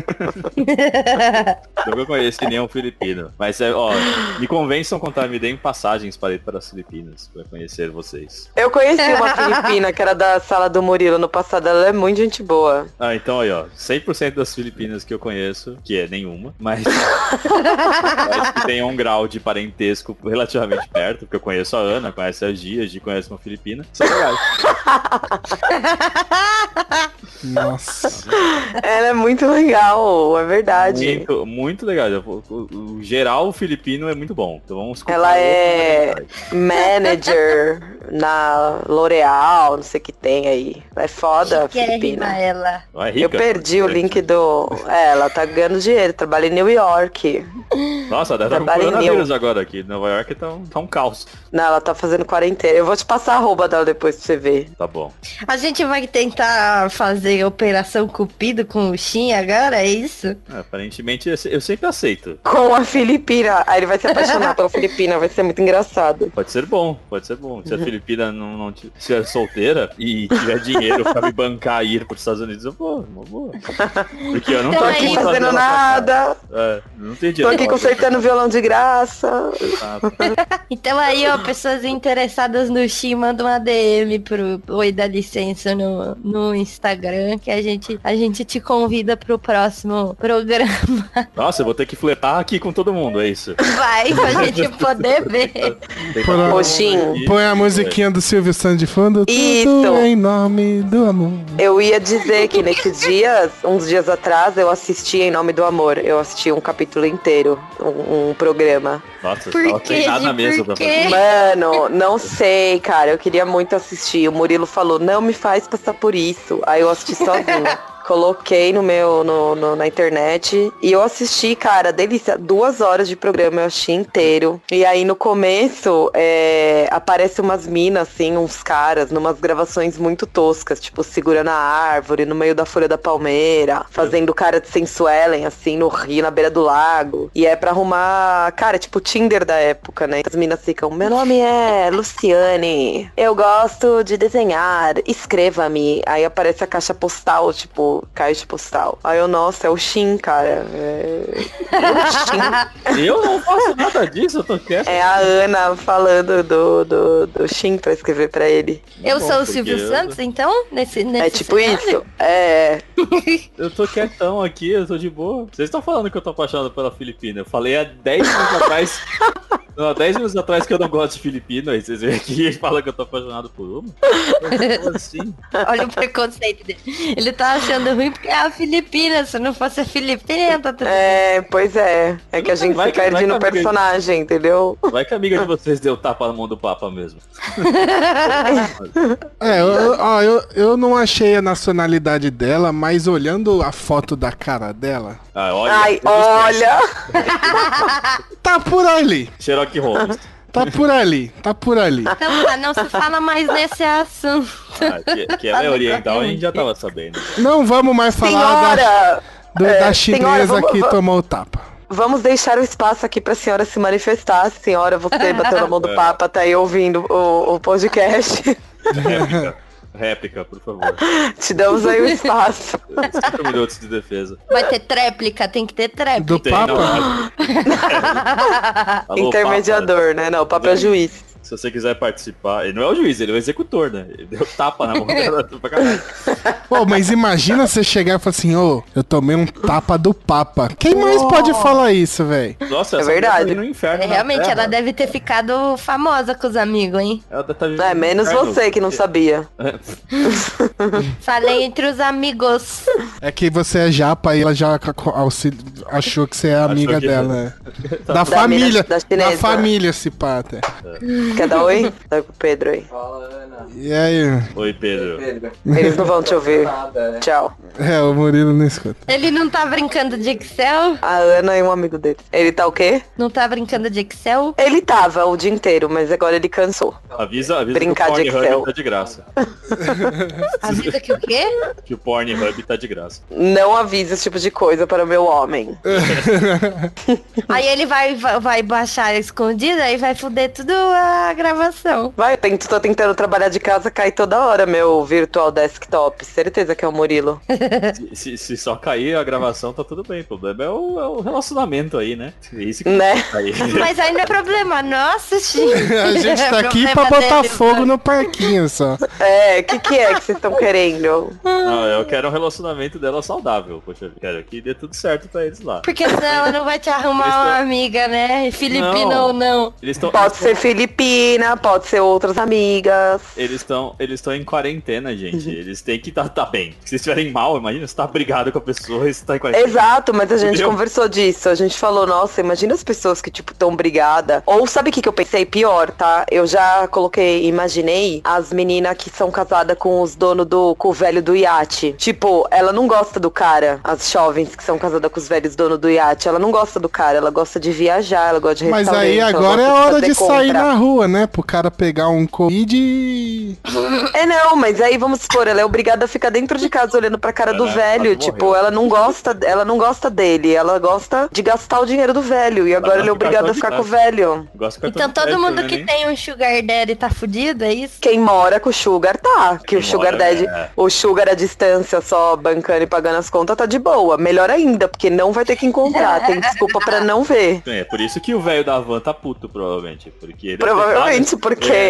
Speaker 3: Eu conheço nenhum filipino. Mas, ó, me convençam me deem passagens para ir para as Filipinas, para conhecer vocês.
Speaker 4: Eu conheci uma filipina que era da sala do Murilo no passado, ela é muito gente boa.
Speaker 3: Ah, então aí, ó, 100% das filipinas que eu conheço, que é nenhuma, mas que tem um grau de parentesco relativamente perto, porque eu conheço a Ana, conheço a Gia conhece uma filipina, são legais.
Speaker 2: Nossa.
Speaker 4: Ela é muito legal, é verdade.
Speaker 3: Muito, muito legal. O geral filipino é muito bom. Então vamos escutar.
Speaker 4: Ela é manager na L'Oréal, não sei o que tem aí. É foda a filipina.
Speaker 1: Ela.
Speaker 3: É rica,
Speaker 4: eu perdi o link do... ela tá ganhando dinheiro, trabalha em New York.
Speaker 3: Nossa, deve estar com coronavírus agora aqui. Nova York tá um caos.
Speaker 4: Não, ela tá fazendo quarentena. Eu vou te passar a arroba dela depois pra você ver.
Speaker 3: Tá bom.
Speaker 1: A gente vai tentar fazer Operação Cupido com o Shin agora, é isso?
Speaker 3: Aparentemente, eu sempre aceito.
Speaker 4: Com a Filipina. Aí ele vai se apaixonar pela Filipina, vai ser muito engraçado.
Speaker 3: Pode ser bom. Se a Filipina não estiver solteira e tiver dinheiro pra me bancar e ir pros Estados Unidos, eu vou, uma boa. Porque eu não tô aqui
Speaker 4: fazendo nada.
Speaker 3: Não tem dinheiro.
Speaker 4: Tô aqui consertando violão de graça.
Speaker 1: Então aí, ó, pessoas interessadas no Shin, mandam uma DM pro Oi da Licença no Instagram, que a gente te convida pro próximo programa.
Speaker 3: Nossa, eu vou ter que fletar aqui com todo mundo, é isso.
Speaker 1: Vai, pra gente poder ver.
Speaker 2: Põe a musiquinha do Silvio Santos de fundo.
Speaker 4: Isso.
Speaker 2: Tudo em nome do amor.
Speaker 4: Eu ia dizer que nesses dias, uns dias atrás, eu assisti Em Nome do Amor. Eu assisti um capítulo inteiro, um programa.
Speaker 3: Nossa, você tava treinado na mesa pra fazer.
Speaker 4: Mano, não sei, cara. Eu queria muito assistir. O Murilo falou, não me faz passar por isso. Aí eu assisti sozinha. Coloquei na internet e eu assisti, cara, delícia, 2 horas de programa, eu achei inteiro. E aí no começo, aparece umas minas, assim, uns caras, numas gravações muito toscas, tipo, segurando a árvore, no meio da folha da palmeira, fazendo cara de sensuelen, assim, no rio, na beira do lago. E é pra arrumar, cara, tipo, Tinder da época, né? As minas ficam, meu nome é Luciane, eu gosto de desenhar, escreva-me. Aí aparece a caixa postal, tipo, caixa postal. Aí eu, nossa, é o Shin, cara.
Speaker 3: O Shin. Eu não faço nada disso, eu tô quieto.
Speaker 4: É a Ana falando do Shin pra escrever pra ele.
Speaker 1: Eu sou o Silvio Santos, então? Nesse
Speaker 4: é tipo
Speaker 1: cenário?
Speaker 4: isso? É.
Speaker 3: Eu tô quietão aqui, eu tô de boa. Vocês estão falando que eu tô apaixonado pela Filipina. Eu falei há 10 minutos atrás. Não, 10 minutos atrás que eu não gosto de filipino, aí vocês vêm aqui e falam que eu tô apaixonado por uma. Como assim?
Speaker 1: Olha o preconceito dele. Ele tá achando ruim porque é a Filipina, se não fosse a Filipina, tá tudo
Speaker 4: pois é. É que a gente se perde no personagem, entendeu?
Speaker 3: Vai que a amiga de vocês deu tapa na mão do Papa mesmo.
Speaker 2: Eu não achei a nacionalidade dela, mas olhando a foto da cara dela...
Speaker 4: Ai, olha!
Speaker 2: Tá por ali.
Speaker 3: Sherlock Holmes.
Speaker 2: Tá por ali.
Speaker 1: Então, não se fala mais nesse assunto.
Speaker 3: Que ela é oriental, a gente já tava sabendo.
Speaker 2: Não vamos mais falar da chinesa que tomou o tapa.
Speaker 4: Vamos deixar o espaço aqui pra senhora se manifestar. Senhora, você bateu na mão do Papa, tá aí ouvindo o podcast.
Speaker 3: Réplica, por favor.
Speaker 4: Te damos aí o espaço.
Speaker 3: 5 minutos de defesa.
Speaker 1: Vai ter tréplica, tem que ter tréplica.
Speaker 2: Do Papa?
Speaker 3: Alô,
Speaker 4: intermediador, Papa, né? Não, o Papa é juiz.
Speaker 3: se você quiser participar, ele não é o juiz, ele é o executor, né? Ele deu tapa na mão dela pra caralho.
Speaker 2: Pô, mas imagina você chegar e falar assim, eu tomei um tapa do Papa. Quem mais pode falar isso, velho?
Speaker 3: Nossa,
Speaker 4: É
Speaker 3: essa
Speaker 4: verdade.
Speaker 3: mulher tá no inferno.
Speaker 1: Realmente, ela deve ter ficado famosa com os amigos, hein?
Speaker 3: Ela tá vivendo
Speaker 4: É, menos
Speaker 3: no inferno.
Speaker 4: você que não sabia.
Speaker 1: Falei entre os amigos.
Speaker 2: É que você é japa e ela já achou que você é amiga
Speaker 3: que-
Speaker 2: dela. né? Da
Speaker 4: Da
Speaker 2: família.
Speaker 4: mina- da chinesa.
Speaker 2: Da família, se pá, até.
Speaker 4: Quer dar oi? Dá pro Pedro aí.
Speaker 5: Fala, Ana.
Speaker 2: E aí?
Speaker 3: Oi, Pedro.
Speaker 5: Pedro.
Speaker 4: Eles não vão te ouvir.
Speaker 5: Nada.
Speaker 4: Tchau.
Speaker 2: É, o Murilo não escuta.
Speaker 1: Ele não tá brincando de Excel?
Speaker 4: A Ana e um amigo dele. Ele tá o quê?
Speaker 1: Não tá brincando de Excel?
Speaker 4: Ele tava o dia inteiro, mas agora ele cansou.
Speaker 3: Avisa
Speaker 4: Brincar
Speaker 3: que
Speaker 4: de
Speaker 3: o Pornhub
Speaker 4: Excel.
Speaker 3: tá de graça.
Speaker 1: Avisa que o quê?
Speaker 3: Que o Pornhub tá de graça.
Speaker 4: Não avisa esse tipo de coisa para o meu homem.
Speaker 1: Aí ele vai baixar escondida e vai foder tudo a gravação.
Speaker 4: Vai, tô tentando trabalhar de casa, cai toda hora meu virtual desktop. Certeza que é o Murilo.
Speaker 3: Se só cair a gravação, tá tudo bem. O problema é o relacionamento aí, né? É isso que
Speaker 4: Né?
Speaker 3: tá aí.
Speaker 1: Mas aí não é problema nosso, Chico.
Speaker 2: A gente tá aqui
Speaker 1: É
Speaker 2: pra
Speaker 1: problema
Speaker 2: botar
Speaker 1: deles,
Speaker 2: fogo
Speaker 1: né?
Speaker 2: no parquinho só.
Speaker 4: É, o que é que vocês estão querendo?
Speaker 3: Não, eu quero um relacionamento dela saudável. Poxa, eu quero que dê tudo certo pra eles lá.
Speaker 1: Porque senão ela não vai te arrumar
Speaker 3: Eles tão-
Speaker 1: uma amiga, né? Filipina
Speaker 3: Não.
Speaker 1: ou não.
Speaker 3: Eles estão
Speaker 4: Pode ser Filipina, pode ser outras amigas.
Speaker 3: eles estão em quarentena, gente. Eles têm que tá bem. Se eles estiverem mal, imagina, você tá brigado com a pessoa e você tá em quarentena.
Speaker 4: Exato, mas a gente
Speaker 3: Entendeu?
Speaker 4: conversou disso. A gente falou, nossa, imagina as pessoas que, tipo, tão brigadas. Ou sabe o que eu pensei? Pior, tá? Eu já imaginei as meninas que são casadas com os donos com o velho do iate. Tipo, ela não gosta do cara. As jovens que são casadas com os velhos donos do iate, ela não gosta do cara. Ela gosta de viajar, ela gosta de
Speaker 2: Mas
Speaker 4: restaurante.
Speaker 2: aí
Speaker 4: ela
Speaker 2: agora é
Speaker 4: gosta
Speaker 2: hora
Speaker 4: fazer
Speaker 2: de sair
Speaker 4: compra.
Speaker 2: na rua, né? Pro cara pegar um Covid e...
Speaker 4: É, não, mas aí vamos supor, ela é obrigada a ficar dentro de casa olhando pra cara do
Speaker 3: Ela
Speaker 4: velho.
Speaker 3: quase
Speaker 4: Tipo,
Speaker 3: morreu.
Speaker 4: ela não gosta dele, ela gosta de gastar o dinheiro do velho. E agora
Speaker 3: gosta
Speaker 4: ele é
Speaker 3: de
Speaker 4: obrigado
Speaker 3: cartão
Speaker 4: a ficar
Speaker 3: de
Speaker 4: com o
Speaker 3: crédito.
Speaker 4: velho.
Speaker 3: Gosto de
Speaker 1: Então
Speaker 3: cartão de
Speaker 1: todo
Speaker 3: crédito,
Speaker 1: mundo
Speaker 3: né,
Speaker 1: que
Speaker 3: nem?
Speaker 1: tem um sugar daddy tá fudido, é isso?
Speaker 4: Quem mora com o Sugar tá. Que
Speaker 3: Quem
Speaker 4: o Sugar
Speaker 3: mora,
Speaker 4: Daddy,
Speaker 3: é.
Speaker 4: o Sugar à distância, só bancando e pagando as contas, tá de boa. Melhor ainda, porque não vai ter que encontrar. Tem desculpa pra não ver.
Speaker 3: É por isso que o velho da van tá puto, provavelmente. Porque ele
Speaker 4: Provavelmente, porque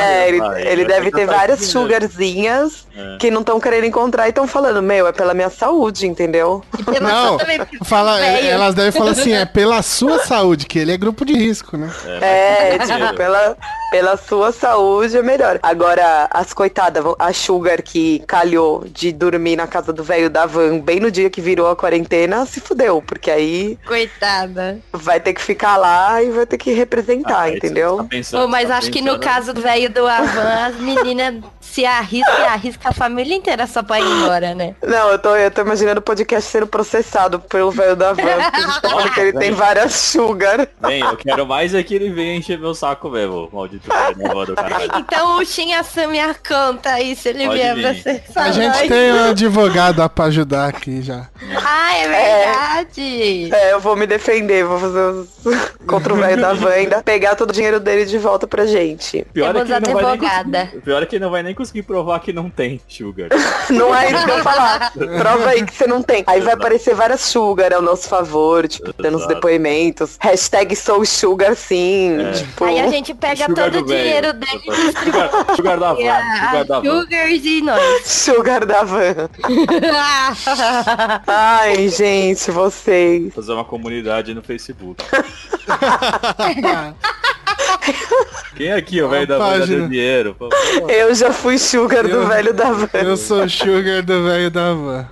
Speaker 4: ele deve ter várias sugarzinhas
Speaker 3: É.
Speaker 4: que não estão querendo encontrar e estão falando, meu, é pela minha saúde, entendeu?
Speaker 1: E pela
Speaker 2: Não,
Speaker 1: sua também, porque
Speaker 2: fala,
Speaker 1: velho.
Speaker 2: elas devem falar assim, é pela sua saúde, que ele é grupo de risco, né?
Speaker 4: É, tipo, pela sua saúde é melhor. Agora, as coitadas, a Sugar que calhou de dormir na casa do velho da van bem no dia que virou a quarentena, se fudeu, porque aí
Speaker 1: Coitada.
Speaker 4: vai ter que ficar lá e vai ter que representar,
Speaker 3: aí você
Speaker 4: entendeu?
Speaker 3: tá pensando-
Speaker 1: Pô, mas
Speaker 3: tá
Speaker 1: acho que no
Speaker 3: pensando-
Speaker 1: caso do velho do Avan, as meninas se arrisca a família inteira só pra ir embora, né?
Speaker 4: Não, eu tô imaginando o podcast sendo processado pelo velho da van, porque a gente tá falando que ele tem várias Sugar.
Speaker 3: Bem, eu quero mais é que ele venha encher meu saco mesmo, maldito velho da van do caralho.
Speaker 1: Então o Shin assume a conta aí se ele
Speaker 3: Pode
Speaker 1: vier
Speaker 3: vir.
Speaker 1: processar
Speaker 2: A gente
Speaker 1: nós.
Speaker 2: tem um advogado lá pra ajudar aqui já.
Speaker 1: Ah, é verdade.
Speaker 4: É, eu vou me defender, vou fazer os... contra o velho da van ainda, pegar todo o dinheiro dele de volta pra gente.
Speaker 3: Pior é
Speaker 1: Temos
Speaker 3: que ele não vai nem
Speaker 1: advogada.
Speaker 3: conseguir- pior é que ele não vai nem conseguir provar que não tem sugar.
Speaker 4: Não é isso que eu ia falar. Prova aí que você não tem. Aí vai aparecer várias Sugar ao nosso favor, tipo, dando os
Speaker 3: Exato.
Speaker 4: depoimentos. Hashtag sou Sugar sim. Tipo,
Speaker 1: Aí a gente pega
Speaker 3: Sugar
Speaker 1: todo o
Speaker 3: do velho.
Speaker 1: dinheiro dele e
Speaker 3: Sugar da van, sugar da van.
Speaker 1: Sugars e nós.
Speaker 4: Sugar da van. Ai, gente, vocês.
Speaker 3: Fazer uma comunidade no Facebook. Quem aqui, o velho da van, já
Speaker 2: página.
Speaker 3: deu dinheiro? Pô, pô.
Speaker 4: Eu já fui Sugar do
Speaker 2: Eu-
Speaker 4: velho da van.
Speaker 2: Eu sou o sugar do velho da van.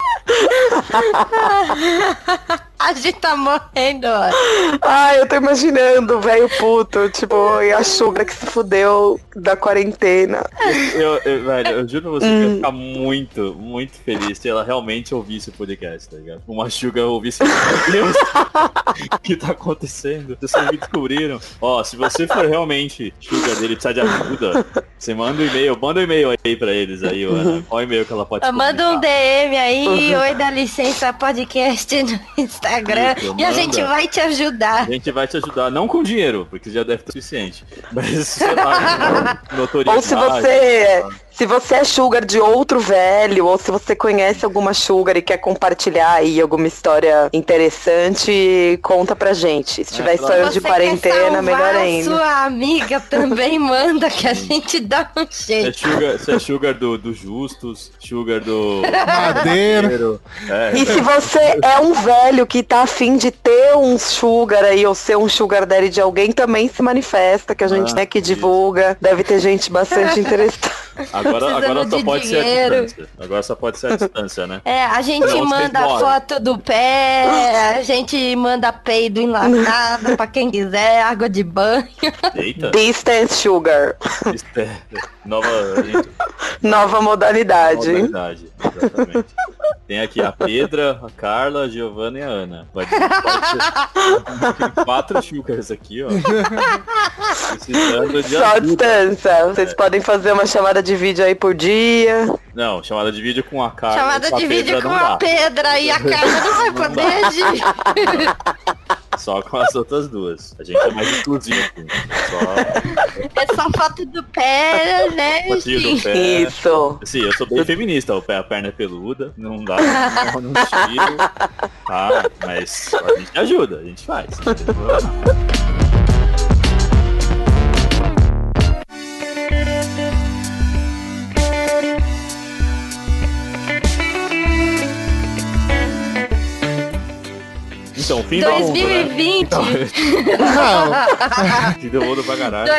Speaker 1: A gente tá morrendo, ó.
Speaker 4: Ai, eu tô imaginando o velho puto, tipo, e a Sugar que se fudeu da quarentena.
Speaker 3: Velho, eu juro pra você que eu ia ficar muito, muito feliz se ela realmente ouvisse o podcast, tá ligado? Uma Sugar ouvisse, meu Deus, o que tá acontecendo? Vocês me descobriram. Ó, se você for realmente Sugar dele, precisar de ajuda, você manda um e-mail aí pra eles aí, Ana. Qual e-mail que ela pode
Speaker 1: Manda um
Speaker 3: comunicar?
Speaker 1: DM aí, oi, dá licença, podcast no Instagram.
Speaker 3: Isso,
Speaker 1: E a gente
Speaker 3: manda.
Speaker 1: vai te ajudar.
Speaker 3: A gente vai te ajudar, não com dinheiro, porque já deve ter o suficiente. Mas, sei lá, notoriedade.
Speaker 4: Ou se você Se você é sugar de outro velho, ou se você conhece alguma sugar e quer compartilhar aí alguma história interessante, conta pra gente. Se tiver histórias de quarentena, melhor ainda.
Speaker 1: Sua amiga também manda que a gente dá um jeito.
Speaker 3: Você é sugar do Justus, sugar do
Speaker 2: Madeiro.
Speaker 4: E se você é um velho que tá afim de ter um sugar aí, ou ser um sugar daddy de alguém, também se manifesta, que a gente que divulga. Deve ter gente bastante interessada.
Speaker 3: Agora só pode ser a distância. Agora só pode ser a distância, né?
Speaker 1: A gente manda foto do pé, a gente manda peido enlatado pra quem quiser, água de banho.
Speaker 3: Eita.
Speaker 4: Distance sugar. Nova modalidade.
Speaker 3: Exatamente. Tem aqui a Pedra, a Carla, a Giovana e a Ana. Tem 4 sugars aqui, ó. Precisando de
Speaker 4: só
Speaker 3: ajuda.
Speaker 4: distância. Vocês podem fazer uma chamada de vídeo aí por dia.
Speaker 3: Não, chamada de vídeo com a Carla.
Speaker 1: Chamada de vídeo com a Pedra e a Carla não vai poder agir.
Speaker 3: Só com as outras duas. A gente é mais inclusivo aqui.
Speaker 1: É só foto do pé, né,
Speaker 3: gente?
Speaker 4: Isso.
Speaker 3: Sim, eu sou bem feminista. A perna é peluda, não dá, não tiro. Tá, mas a gente ajuda, a gente faz. Então, fim
Speaker 1: 2020.
Speaker 3: Do mundo, né? Fim do mundo pra caralho.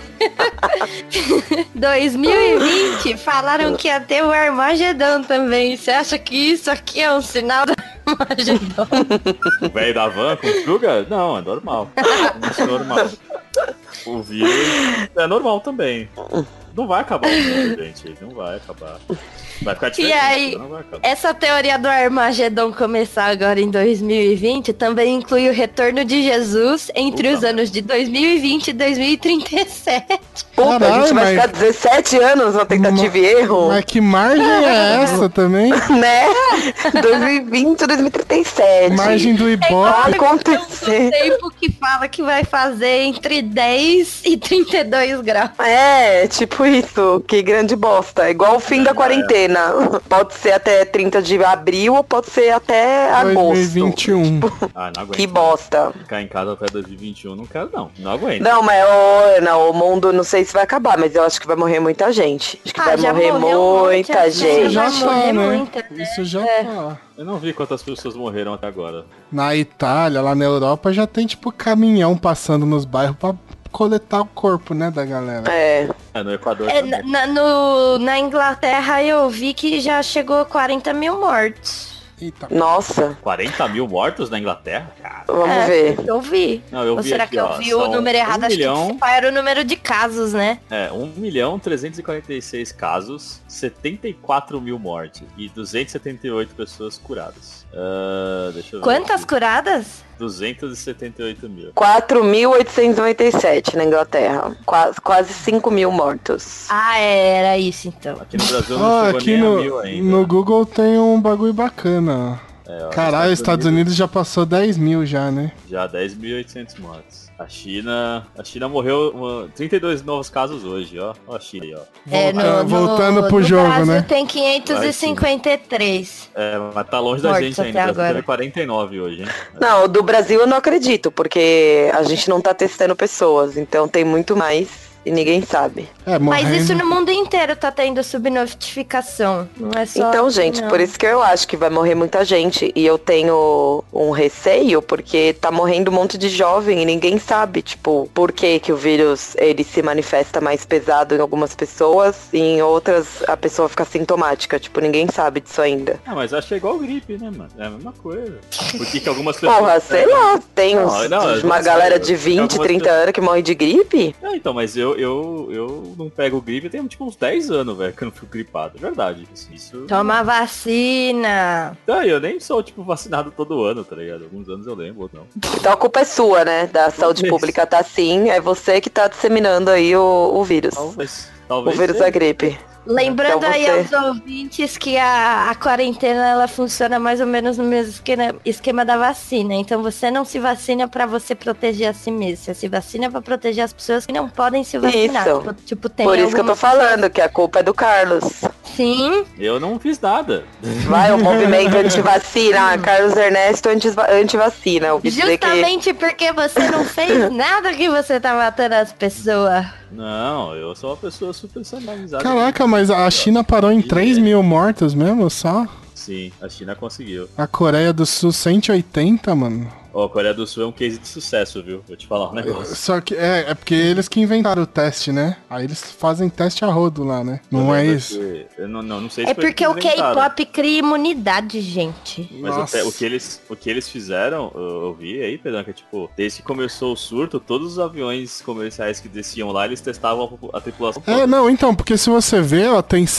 Speaker 1: 2020 falaram que ia ter o Armagedon também. Você acha que isso aqui é um sinal do Armagedon?
Speaker 3: O velho da van com sugar? Não, é normal. É normal. O vírus é normal também. Não vai acabar o mundo, gente. Não vai acabar. Vai ficar diferente.
Speaker 1: E aí,
Speaker 3: não vai acabar.
Speaker 1: Essa teoria do Armagedon começar agora em 2020 também inclui o retorno de Jesus entre os anos de 2020 e 2037.
Speaker 4: Puta, a gente vai ficar 17 anos na tentativa e erro.
Speaker 2: Mas que margem é essa também?
Speaker 4: Né? 2020 2037.
Speaker 2: Margem do Ibope.
Speaker 4: Acontecer.
Speaker 1: O tempo que fala que vai fazer entre 10 e 32 graus.
Speaker 4: É, tipo isso. Que grande bosta. Igual o fim da quarentena. Pode ser até 30 de abril ou pode ser até agosto.
Speaker 2: 2021.
Speaker 3: Ah, não aguento.
Speaker 4: Que bosta.
Speaker 3: Ficar em casa até 2021 não quero, não. Não aguento.
Speaker 4: Não, mas o mundo não sei se vai acabar, mas eu acho que vai morrer muita gente. Acho que vai morrer muita gente.
Speaker 2: Isso já tá, né?
Speaker 1: Né?
Speaker 2: Isso já tá.
Speaker 3: Eu não vi quantas pessoas morreram até agora.
Speaker 2: Na Itália, lá na Europa, já tem, tipo, caminhão passando nos bairros pra coletar o corpo, né, da galera.
Speaker 4: É.
Speaker 3: No Equador
Speaker 1: na Inglaterra eu vi que já chegou a 40 mil mortos.
Speaker 2: Eita.
Speaker 4: Nossa.
Speaker 3: 40 mil mortos na Inglaterra? Cara.
Speaker 4: Vamos ver.
Speaker 1: Eu vi.
Speaker 3: Não, eu
Speaker 1: Ou
Speaker 3: vi
Speaker 1: será
Speaker 3: aqui,
Speaker 1: que eu vi o número errado? Acho que era o número de casos, né?
Speaker 3: 1.346 casos, 74 mil mortes e 278 pessoas curadas. Deixa eu ver.
Speaker 1: Quantas curadas?
Speaker 3: 278 mil.
Speaker 4: 4.897 na Inglaterra. Quase 5 mil mortos.
Speaker 1: Ah, era isso então.
Speaker 3: Aqui no Brasil não chegou
Speaker 2: aqui
Speaker 3: nem a 1.000 ainda.
Speaker 2: No Google tem um bagulho bacana. Caralho, os Estados Unidos já passou 10 mil já, né?
Speaker 3: Já 10.800 mortes. A China morreu 32 novos casos hoje, ó. Ó a China aí, ó.
Speaker 2: Voltando pro jogo,
Speaker 1: Brasil
Speaker 2: né?
Speaker 1: Tem 553.
Speaker 3: Mas tá longe da gente ainda.
Speaker 1: Agora.
Speaker 3: Teve 49 hoje, hein?
Speaker 4: Não, do Brasil eu não acredito, porque a gente não tá testando pessoas, então tem muito mais. E ninguém sabe.
Speaker 1: Mas isso no mundo inteiro tá tendo subnotificação. Não é só.
Speaker 4: Então, gente, por isso que eu acho que vai morrer muita gente. E eu tenho um receio, porque tá morrendo um monte de jovem e ninguém sabe, tipo, por que o vírus ele se manifesta mais pesado em algumas pessoas e em outras a pessoa fica sintomática. Tipo, ninguém sabe disso ainda.
Speaker 3: Ah, mas acho que é igual gripe, né, mano? É a mesma coisa. Por que algumas pessoas...
Speaker 4: Porra, sei lá, tem uma galera de 20, 30 anos que morre de gripe?
Speaker 3: Então, mas eu não pego gripe, tem tipo uns 10 anos, velho, que eu não fico gripado. É verdade. Isso...
Speaker 1: Toma vacina.
Speaker 3: Não, eu nem sou, tipo, vacinado todo ano, tá ligado? Alguns anos eu lembro, outros não.
Speaker 4: Então a culpa é sua, né? Da saúde pública tá assim, é você que tá disseminando aí o vírus.
Speaker 3: Talvez
Speaker 4: o vírus da gripe.
Speaker 1: Lembrando
Speaker 4: Então
Speaker 1: aí
Speaker 4: você-
Speaker 1: aos ouvintes que a quarentena ela funciona mais ou menos no mesmo esquema da vacina. Então você não se vacina pra você proteger a si mesmo. Você se vacina pra proteger as pessoas que não podem se vacinar.
Speaker 4: Isso.
Speaker 1: Tipo, tem
Speaker 4: Por isso que eu tô
Speaker 1: algumas-
Speaker 4: falando, que a culpa é do Carlos.
Speaker 1: Sim.
Speaker 3: Eu não fiz nada.
Speaker 4: Vai, o movimento antivacina. Carlos Ernesto antivacina. Ouvi dizer que...
Speaker 1: Justamente porque você não fez nada que você tá matando as pessoas.
Speaker 3: Não, eu sou uma pessoa super sanalizada.
Speaker 2: Caraca, mas a China parou em 3 mil mortos mesmo, só?
Speaker 3: Sim, a China conseguiu.
Speaker 2: A Coreia do Sul, 180, mano.
Speaker 3: Ó, a Coreia do Sul é um case de sucesso, viu? Vou te falar um negócio.
Speaker 2: Só que é porque eles que inventaram o teste, né? Aí eles fazem teste a rodo lá, né? Não é isso?
Speaker 3: Eu não sei se
Speaker 1: É
Speaker 3: foi
Speaker 1: porque
Speaker 3: eles
Speaker 1: o
Speaker 3: que inventaram.
Speaker 1: K-pop cria imunidade, gente.
Speaker 3: Mas
Speaker 2: Nossa.
Speaker 3: o que eles fizeram, eu vi aí, Pedro, que tipo, desde que começou o surto, todos os aviões comerciais que desciam lá, eles testavam a tripulação toda.
Speaker 2: É, não, então, porque se você ver, ó, tem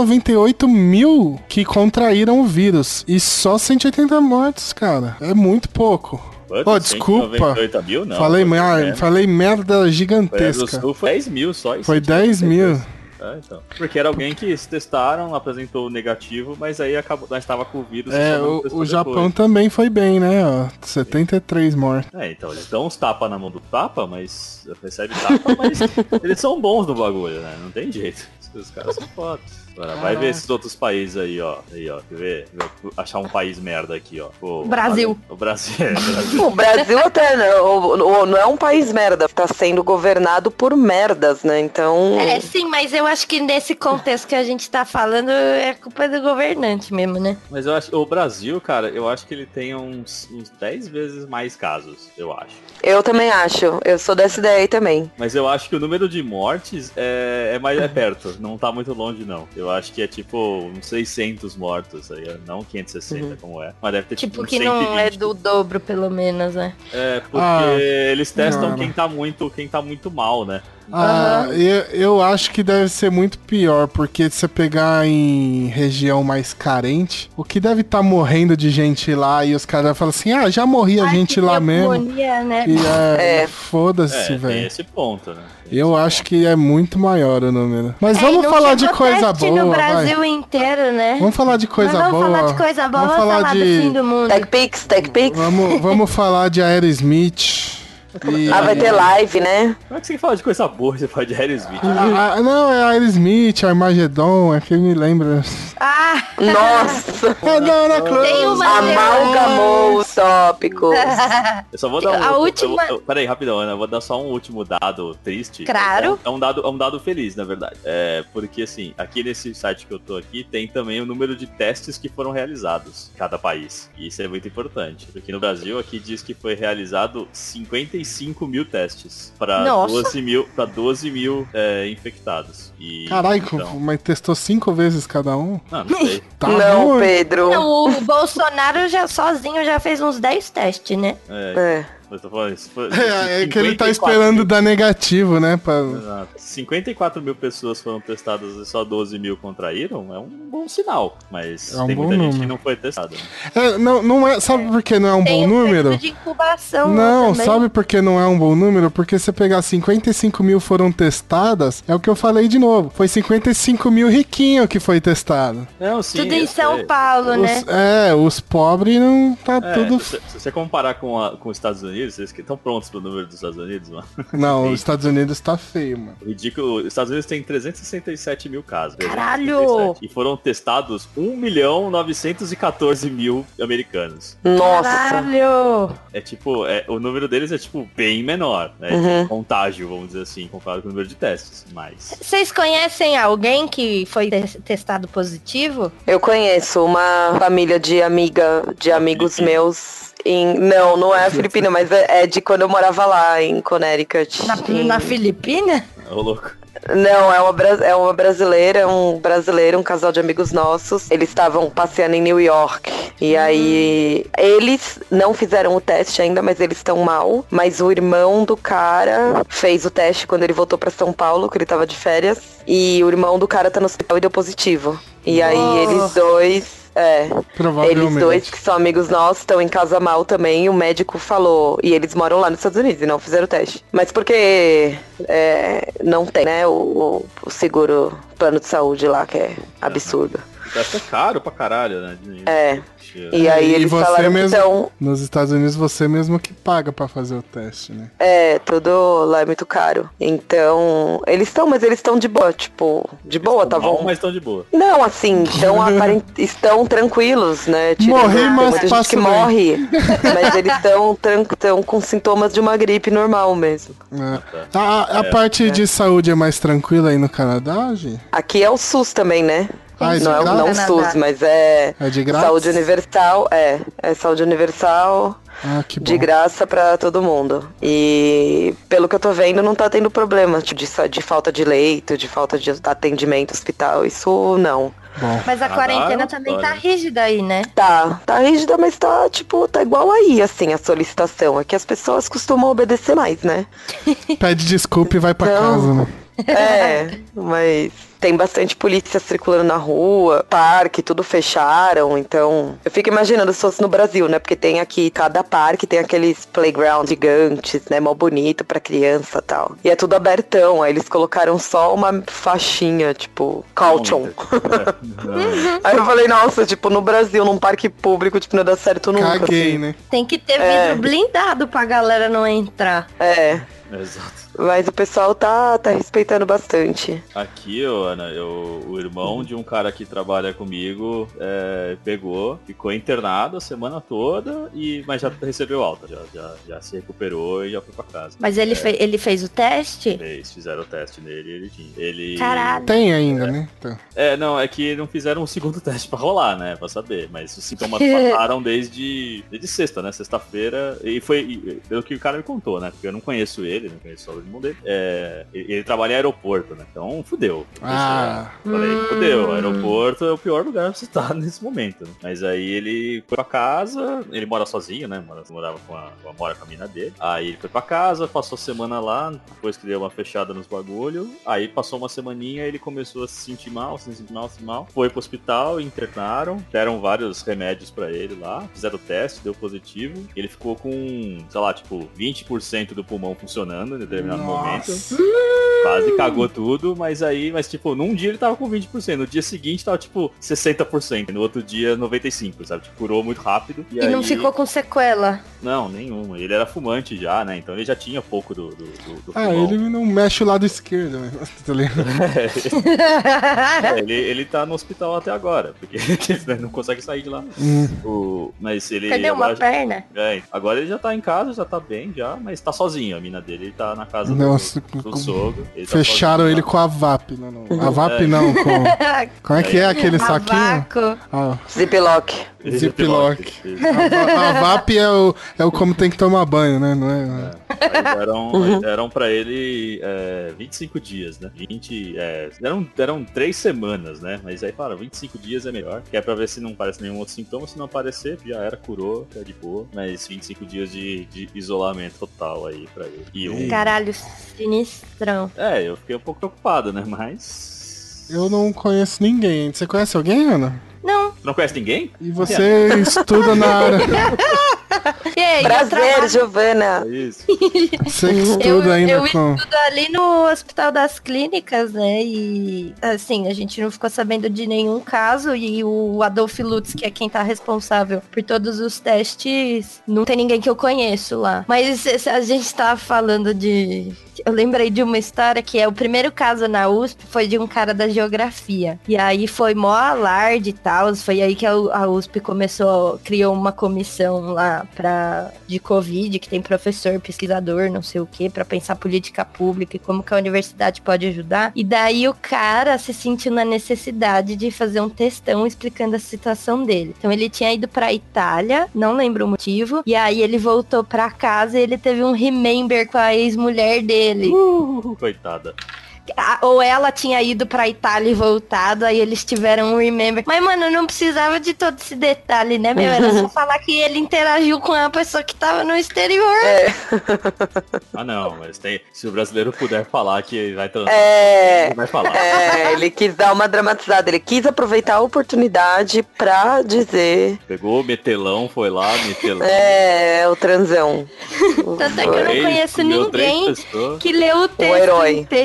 Speaker 2: 198 mil que contraíram o vírus e só 180 mortos, cara. É muito pouco.
Speaker 3: Quanto?
Speaker 2: Ó, desculpa.
Speaker 3: 198 mil? Não.
Speaker 2: Falei,
Speaker 3: menos.
Speaker 2: falei merda
Speaker 3: Coreia do
Speaker 2: gigantesca.
Speaker 3: Sul foi 10 mil só.
Speaker 2: Foi 10 mil.
Speaker 3: Então. Porque era alguém que se testaram, apresentou negativo, mas aí acabou, nós estava com o vírus. e
Speaker 2: É,
Speaker 3: só não
Speaker 2: o
Speaker 3: testou
Speaker 2: Japão
Speaker 3: depois.
Speaker 2: também foi bem, né? Ó, 73 mortos.
Speaker 3: É, então, eles dão uns tapas na mão do tapa, mas recebe tapa, mas eles são bons no bagulho, né? Não tem jeito. Os caras são fodas. Agora, vai ver esses outros países aí, ó. Aí, ó. Quer ver? Vou achar um país merda aqui, ó. Pô,
Speaker 1: Brasil.
Speaker 3: O Brasil. É, o Brasil.
Speaker 4: O Brasil até não é um país merda, tá sendo governado por merdas, né? Então.
Speaker 1: É, sim, mas eu acho que nesse contexto que a gente tá falando é culpa do governante mesmo, né?
Speaker 3: Mas eu acho o Brasil, cara, eu acho que ele tem uns 10 vezes mais casos, eu acho.
Speaker 4: Eu também acho. Eu sou dessa ideia aí também.
Speaker 3: Mas eu acho que o número de mortes é mais perto, não tá muito longe não. Eu acho que é tipo uns 600 mortos aí, não 560 como é. Mas deve ter
Speaker 1: Tipo
Speaker 3: uns
Speaker 1: que não é
Speaker 3: 120.
Speaker 1: do dobro, pelo menos, né?
Speaker 3: É, porque eles testam
Speaker 2: cara.
Speaker 3: quem tá muito mal, né?
Speaker 2: Ah, eu acho que deve ser muito pior, porque se você pegar em região mais carente, o que deve estar morrendo de gente lá e os caras falam assim, já morria gente lá mesmo.
Speaker 1: Pneumonia, né?
Speaker 2: E
Speaker 4: É.
Speaker 2: foda-se,
Speaker 3: Tem
Speaker 2: velho.
Speaker 3: esse ponto, né?
Speaker 2: Eu acho que é muito maior o número. Mas
Speaker 1: É,
Speaker 2: vamos
Speaker 1: e não
Speaker 2: falar de
Speaker 1: chegou
Speaker 2: coisa
Speaker 1: teste
Speaker 2: boa,
Speaker 1: no
Speaker 2: vai.
Speaker 1: Brasil inteiro, né?
Speaker 2: Vamos falar de coisa
Speaker 1: Mas
Speaker 2: boa.
Speaker 1: vamos falar de coisa boa, vamos falar do fim do mundo.
Speaker 4: TechPix.
Speaker 2: Vamos falar de Aerosmith. E...
Speaker 4: Vai ter live, né?
Speaker 3: Como é que você fala de coisa boa, você fala de Aerosmith?
Speaker 2: não, é Aerosmith, Armageddon, é que me lembra.
Speaker 1: Ah,
Speaker 4: Nossa!
Speaker 2: Não, na
Speaker 1: tem uma...
Speaker 4: Amalgamou os tópicos.
Speaker 3: Eu só vou dar
Speaker 1: A última-
Speaker 3: Peraí, rapidão, Ana. Eu vou dar só um último dado triste.
Speaker 1: Claro.
Speaker 3: É um dado feliz, na verdade. Porque, assim, aqui nesse site que eu tô aqui, tem também o número de testes que foram realizados em cada país. E isso é muito importante. Porque no Brasil, aqui diz que foi realizado 55 mil testes para
Speaker 1: Nossa.
Speaker 3: 12 mil infectados. E,
Speaker 2: Caralho,
Speaker 3: então,
Speaker 2: mas testou 5 vezes cada um?
Speaker 3: não sei.
Speaker 2: Tá
Speaker 4: Não,
Speaker 2: bom.
Speaker 4: Pedro.
Speaker 1: Não, o Bolsonaro sozinho já fez uns 10 testes, né?
Speaker 4: É.
Speaker 3: Eu tô falando isso.
Speaker 2: É que ele tá
Speaker 3: 54
Speaker 2: esperando
Speaker 3: mil.
Speaker 2: dar negativo, né?
Speaker 3: Exato. 54 mil pessoas foram testadas e só 12 mil contraíram, é um bom sinal. Mas
Speaker 2: É um
Speaker 3: tem
Speaker 2: bom
Speaker 3: muita gente
Speaker 2: número.
Speaker 3: que não foi testada.
Speaker 2: Não é. Sabe por que não é um
Speaker 1: Tem
Speaker 2: bom
Speaker 1: um
Speaker 2: número?
Speaker 1: período de incubação lá
Speaker 2: Não,
Speaker 1: também.
Speaker 2: sabe por que não é um bom número? Porque se pegar 55 mil foram testadas, é o que eu falei de novo. Foi 55 mil riquinho que foi testado.
Speaker 3: Não, sim,
Speaker 1: Tudo em
Speaker 3: eu
Speaker 1: São
Speaker 3: sei.
Speaker 1: Paulo, né?
Speaker 2: Os pobres não tá tudo.
Speaker 3: Se você comparar com os Estados Unidos, vocês que estão prontos pro número dos Estados Unidos, mano.
Speaker 2: Não, os Estados Unidos tá feio, mano.
Speaker 3: O ridículo, os Estados Unidos tem 367 mil casos.
Speaker 1: Caralho!
Speaker 3: 367. E foram testados 1.914.000 americanos.
Speaker 4: Nossa.
Speaker 1: Caralho!
Speaker 3: É tipo, o número deles é tipo bem menor, né?
Speaker 4: Uhum.
Speaker 3: De contágio, vamos dizer assim, comparado com o número de testes. Mas.
Speaker 1: Vocês conhecem alguém que foi testado positivo?
Speaker 4: Eu conheço uma família de amigos
Speaker 3: Filipina.
Speaker 4: meus. Não é a Filipina, mas é de quando eu morava lá em Connecticut.
Speaker 1: Na Filipina?
Speaker 3: Ô, louco.
Speaker 4: Não, é uma brasileira, um casal de amigos nossos. Eles estavam passeando em New York. E aí, eles não fizeram o teste ainda, mas eles estão mal. Mas o irmão do cara fez o teste quando ele voltou pra São Paulo, que ele tava de férias. E o irmão do cara tá no hospital e deu positivo. E aí, eles dois...
Speaker 2: Provavelmente.
Speaker 4: Eles dois, que são amigos nossos, estão em casa mal também. O médico falou. E eles moram lá nos Estados Unidos e não fizeram o teste. Mas porque não tem, né? O seguro plano de saúde lá, que é absurdo.
Speaker 3: Teste é caro pra caralho, né?
Speaker 4: É. E aí eles
Speaker 2: você
Speaker 4: falaram
Speaker 2: mesmo,
Speaker 4: que então...
Speaker 2: Nos Estados Unidos, você mesmo que paga pra fazer o teste, né?
Speaker 4: É, tudo lá é muito caro. Então, mas eles estão de boa, tipo, de boa, tá bom?
Speaker 3: Mas estão de boa.
Speaker 4: Não, assim, estão tranquilos, né?
Speaker 2: Morri, mas
Speaker 4: muita gente
Speaker 2: passo
Speaker 4: que
Speaker 2: bem.
Speaker 4: morre, mas eles estão com sintomas de uma gripe normal mesmo.
Speaker 2: A parte de saúde é mais tranquila aí no Canadá, Gi?
Speaker 4: Aqui é o SUS também, né?
Speaker 2: Ah,
Speaker 4: Não é não o SUS, mas é
Speaker 2: de graça?
Speaker 4: saúde universal, é saúde universal.
Speaker 2: Que bom.
Speaker 4: De graça pra todo mundo. E pelo que eu tô vendo, não tá tendo problema de falta de leito, de falta de atendimento hospital. Isso não.
Speaker 2: Bom.
Speaker 1: Mas a quarentena também tá rígida aí, né?
Speaker 4: Tá rígida, mas tá igual aí, assim, a solicitação. É que as pessoas costumam obedecer mais, né?
Speaker 2: Pede desculpa e vai pra casa, né?
Speaker 4: Mas tem bastante polícia circulando na rua, parque, tudo fecharam, então... Eu fico imaginando se fosse no Brasil, né? Porque tem aqui, cada parque tem aqueles playground gigantes, né? Mó bonito pra criança e tal. E é tudo abertão, aí eles colocaram só uma faixinha, tipo, caution. Aí eu falei, nossa, tipo, no Brasil, num parque público, tipo, não dá certo nunca.
Speaker 2: Caguei,
Speaker 4: assim.
Speaker 2: né?
Speaker 1: Tem que ter vidro blindado pra galera não entrar.
Speaker 3: Exato.
Speaker 4: Mas o pessoal tá respeitando bastante.
Speaker 3: Aqui, Ana, o irmão de um cara que trabalha comigo pegou, ficou internado a semana toda, mas já recebeu alta, já se recuperou e já foi pra casa.
Speaker 1: Mas ele fez o teste?
Speaker 3: Fizeram o teste nele, ele
Speaker 1: Caralho.
Speaker 2: Tem ainda, né? Então.
Speaker 3: Não, é que não fizeram um segundo teste pra rolar, né, pra saber, mas os sintomas passaram desde sexta, né, sexta-feira, e foi pelo que o cara me contou, né, porque eu não conheço ele, não conheço o irmão dele, ele trabalha em aeroporto, né, então fudeu. Falei, fudeu, aeroporto é o pior lugar pra você estar nesse momento, né? Mas aí ele foi pra casa, ele mora sozinho, né, mora com a mina dele, aí ele foi pra casa, passou a semana lá, depois que deu uma fechada nos bagulho, aí passou uma semaninha, ele começou a se sentir mal, foi pro hospital, internaram, deram vários remédios pra ele lá, fizeram o teste, deu positivo, ele ficou com, sei lá, tipo, 20% do pulmão funcionando em determinado momento, quase cagou tudo, mas tipo, num dia ele tava com 20%, no dia seguinte tava, tipo, 60%, no outro dia 95%, sabe, tipo, curou muito rápido. E aí...
Speaker 1: não ficou com sequela?
Speaker 3: Não, nenhuma, ele era fumante já, né, então ele já tinha pouco do pulmão.
Speaker 2: Ele não mexe o lado esquerdo, né? Tá ligado?
Speaker 3: Ele tá no hospital até agora, porque ele não consegue sair de lá. Mas ele...
Speaker 1: Perdeu uma perna?
Speaker 3: Agora ele já tá em casa, já tá bem, mas tá sozinho, a mina dele, ele tá na casa do sogro.
Speaker 2: Fecharam ele com a VAP, não. A VAP não, como é que é aquele saquinho?
Speaker 4: Ziplock.
Speaker 2: Ziplock. A VAP é o como tem que tomar banho, né? Não é?
Speaker 3: Deram pra ele 25 dias, né? Deram 3 semanas, né? Mas aí falaram, 25 dias é melhor, que é pra ver se não aparece nenhum outro sintoma, se não aparecer, já era, curou, tá de boa. Mas 25 dias de isolamento total aí pra ele.
Speaker 1: Caralho, sinistrão.
Speaker 3: Eu fiquei um pouco preocupado, né? Mas...
Speaker 2: Eu não conheço ninguém. Você conhece alguém, Ana?
Speaker 1: Não.
Speaker 3: Não conhece ninguém?
Speaker 2: E você estuda na área...
Speaker 4: Prazer, Giovana.
Speaker 3: É isso.
Speaker 2: Você que estuda ainda
Speaker 1: eu estudo ali no Hospital das Clínicas, né? E assim, a gente não ficou sabendo de nenhum caso. E o Adolf Lutz, que é quem tá responsável por todos os testes, não tem ninguém que eu conheço lá. Mas a gente tava falando de... Eu lembrei de uma história que o primeiro caso na USP foi de um cara da geografia. E aí foi mó alarde e tal. Foi aí que a USP criou uma comissão lá de Covid, que tem professor, pesquisador, não sei o que, pra pensar política pública e como que a universidade pode ajudar. E daí o cara se sentiu na necessidade de fazer um textão explicando a situação dele. Então ele tinha ido pra Itália, não lembro o motivo, e aí ele voltou pra casa e ele teve um remember com a ex-mulher dele.
Speaker 3: Coitada.
Speaker 1: Ou ela tinha ido pra Itália e voltado, aí eles tiveram um remember. Mas, mano, não precisava de todo esse detalhe, né, meu? Era só falar que ele interagiu com uma pessoa que tava no exterior.
Speaker 3: Não, mas se o brasileiro puder falar que vai transar, ele vai falar.
Speaker 4: Ele quis dar uma dramatizada, ele quis aproveitar a oportunidade pra dizer...
Speaker 3: Pegou o metelão, foi lá, metelão.
Speaker 4: O transão.
Speaker 1: Tanto é que eu não conheço ninguém que leu o texto inteiro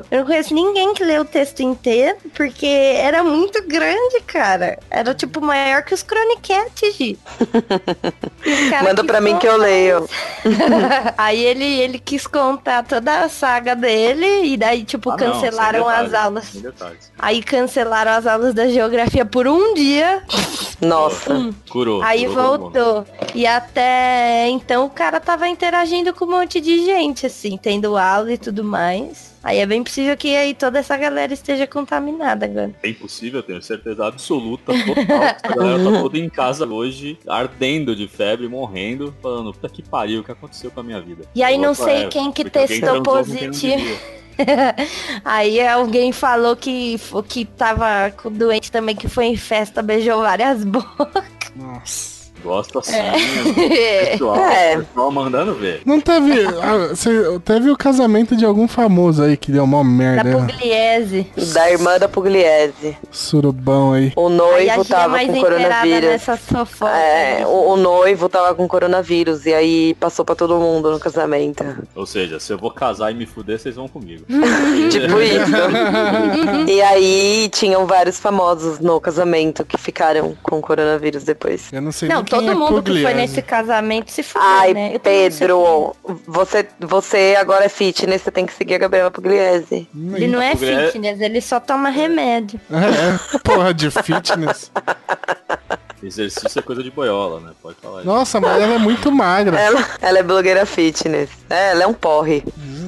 Speaker 1: Eu não conheço ninguém que leu o texto inteiro, porque era muito grande, cara. Era, tipo, maior que os Croniquetes, Gi.
Speaker 4: Manda pra mim que eu leio.
Speaker 1: Aí ele quis contar toda a saga dele, e daí, tipo, cancelaram as aulas. Aí cancelaram as aulas da geografia por um dia.
Speaker 4: Nossa.
Speaker 3: Curou.
Speaker 1: Aí voltou. E até então o cara tava interagindo com um monte de gente, assim, tendo aula e tudo mais. Aí é bem possível que aí toda essa galera esteja contaminada agora.
Speaker 3: É impossível, tenho certeza absoluta, total. A galera tá toda em casa hoje, ardendo de febre, morrendo, falando, puta que pariu, o que aconteceu com a minha vida?
Speaker 1: E aí não sei quem que testou positivo. Aí alguém falou que tava doente também, que foi em festa, beijou várias bocas.
Speaker 2: Nossa.
Speaker 3: Gosto assim, pessoal mandando ver.
Speaker 2: Não teve... teve o casamento de algum famoso aí que deu mó merda.
Speaker 1: Da Pugliese.
Speaker 4: Da irmã da Pugliese.
Speaker 2: Surubão aí.
Speaker 4: O noivo tava com coronavírus. O noivo tava com coronavírus e aí passou pra todo mundo no casamento.
Speaker 3: Ou seja, se eu vou casar e me fuder, vocês vão comigo.
Speaker 4: Tipo isso. E aí tinham vários famosos no casamento que ficaram com coronavírus depois.
Speaker 2: Eu não sei.
Speaker 1: Não, todo mundo que foi nesse casamento se fudeu,
Speaker 4: Ai,
Speaker 1: né? Eu
Speaker 4: Pedro, você agora é fitness, você tem que seguir a Gabriela Pugliese.
Speaker 1: Ele não é fitness, ele só toma remédio.
Speaker 2: Porra de fitness.
Speaker 3: Exercício é coisa de boiola, né? Pode falar isso.
Speaker 2: Nossa, mas ela é muito magra.
Speaker 4: Ela é blogueira fitness. Ela é um porre.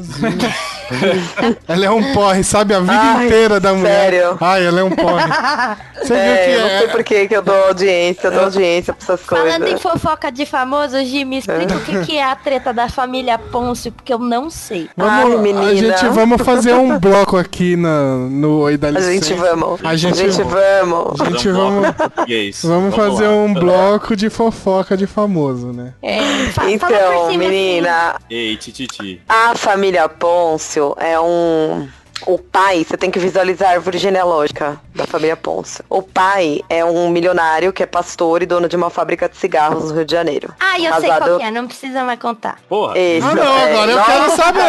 Speaker 2: Ela é um porre, sabe? A vida inteira da mulher.
Speaker 4: Sério?
Speaker 2: Ai, ela é um porre. Você viu que
Speaker 4: eu não sei por que eu dou audiência, pra essas coisas.
Speaker 1: Falando em fofoca de famoso, Gi, me explica o que é a treta da família Pôncio, porque eu não sei.
Speaker 2: Vamos fazer um bloco aqui no Oi da Licença. Vamos fazer um bloco de fofoca de famoso, né?
Speaker 4: Então, menina.
Speaker 3: Ei, Tititi.
Speaker 4: A família Pôncio é o pai, você tem que visualizar a árvore genealógica da família Pôncio. O pai é um milionário que é pastor e dono de uma fábrica de cigarros no Rio de Janeiro.
Speaker 1: Ah, eu sei qual que é, não precisa mais contar.
Speaker 3: Porra.
Speaker 2: Agora eu quero saber.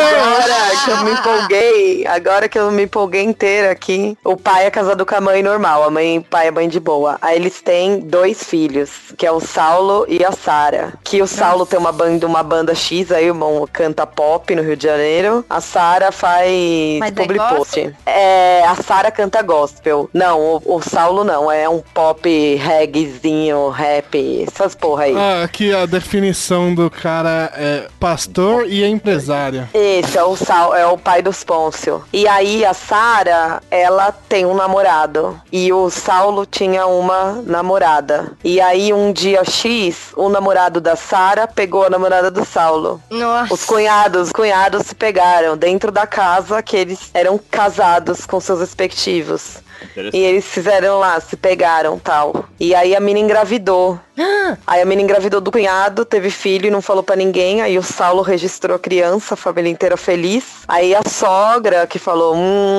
Speaker 4: Agora que eu me empolguei inteira aqui. O pai é casado com a mãe normal, o pai é mãe de boa. Aí eles têm 2 filhos, que é o Saulo e a Sara. Que o Saulo tem uma banda X, aí o irmão canta pop no Rio de Janeiro. A Sara faz public post. A Sara canta gospel. Não, o Saulo não, é um pop reggaezinho, rap, essas porra aí.
Speaker 2: Aqui a definição do cara é pastor e empresária.
Speaker 4: Esse é o pai dos Pôncio. E aí a Sara, ela tem um namorado. E o Saulo tinha uma namorada. E aí um dia X, o namorado da Sara pegou a namorada do Saulo.
Speaker 1: Nossa.
Speaker 4: Os cunhados se pegaram dentro da casa que eles eram casados com seus respectivos. E eles fizeram lá, se pegaram tal. E aí a mina engravidou. Aí a mina engravidou do cunhado, teve filho e não falou pra ninguém. Aí o Saulo registrou a criança, a família inteira feliz. Aí a sogra que falou,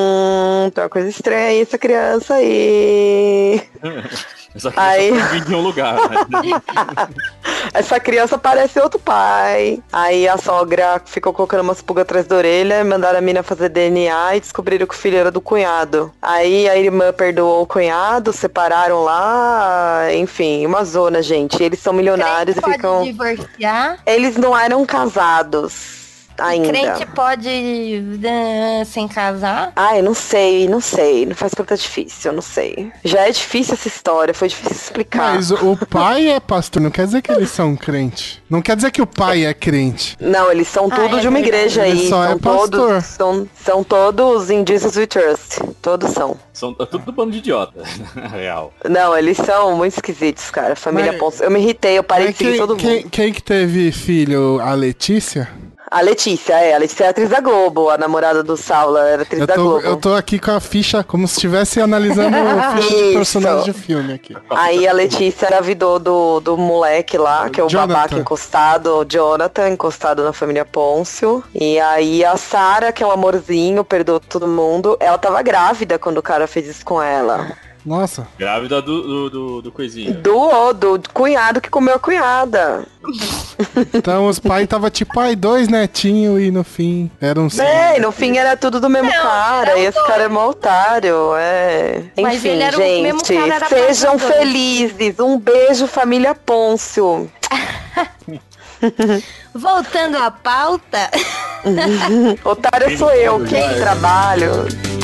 Speaker 4: tem uma coisa estranha essa criança aí.
Speaker 3: Essa criança vive em um lugar, né?
Speaker 4: Essa criança parece outro pai. Aí a sogra ficou colocando umas pulgas atrás da orelha, mandaram a mina fazer DNA e descobriram que o filho era do cunhado. Aí a irmã perdoou o cunhado, separaram lá, enfim, uma zona, gente. Eles são milionários e ficam...
Speaker 1: Pode divorciar?
Speaker 4: Eles não eram casados ainda.
Speaker 1: Crente pode sem casar?
Speaker 4: Ai, não sei. Não faz pergunta difícil, eu não sei. Já é difícil essa história, foi difícil explicar.
Speaker 2: Mas o pai é pastor, não quer dizer que eles são crente. Não quer dizer que o pai é crente.
Speaker 4: Não, eles são tudo de uma igreja aí.
Speaker 2: Só
Speaker 4: são
Speaker 2: é pastor.
Speaker 4: São todos in Jesus we trust. Todos são.
Speaker 3: São tudo do bando de idiota, na real.
Speaker 4: Não, eles são muito esquisitos, cara. Família Pôncio. Eu me irritei, eu parei de seguir todo mundo.
Speaker 2: Quem que teve filho? A Letícia?
Speaker 4: A Letícia é a atriz da Globo, a namorada do Saulo, era atriz da Globo.
Speaker 2: Eu tô aqui com a ficha, como se estivesse analisando a ficha de personagem de filme aqui.
Speaker 4: Aí a Letícia engravidou do moleque lá, que é o babaca encostado, o Jonathan, encostado na família Pôncio. E aí a Sara, que é um amorzinho, perdoou todo mundo. Ela tava grávida quando o cara fez isso com ela.
Speaker 2: Nossa.
Speaker 3: Grávida do coisinho.
Speaker 4: Do cunhado que comeu a cunhada.
Speaker 2: Então os pais tava tipo, ai, 2 netinhos e no fim eram 5.
Speaker 4: É, e no fim era tudo do mesmo cara. E esse cara é mó otário.
Speaker 1: Mas
Speaker 4: Enfim,
Speaker 1: ele era o mesmo
Speaker 4: gente,
Speaker 1: cara, era
Speaker 4: sejam
Speaker 1: passador.
Speaker 4: felizes. Um beijo, família Pôncio.
Speaker 1: Voltando à pauta.
Speaker 4: Otário sou eu, quem trabalho.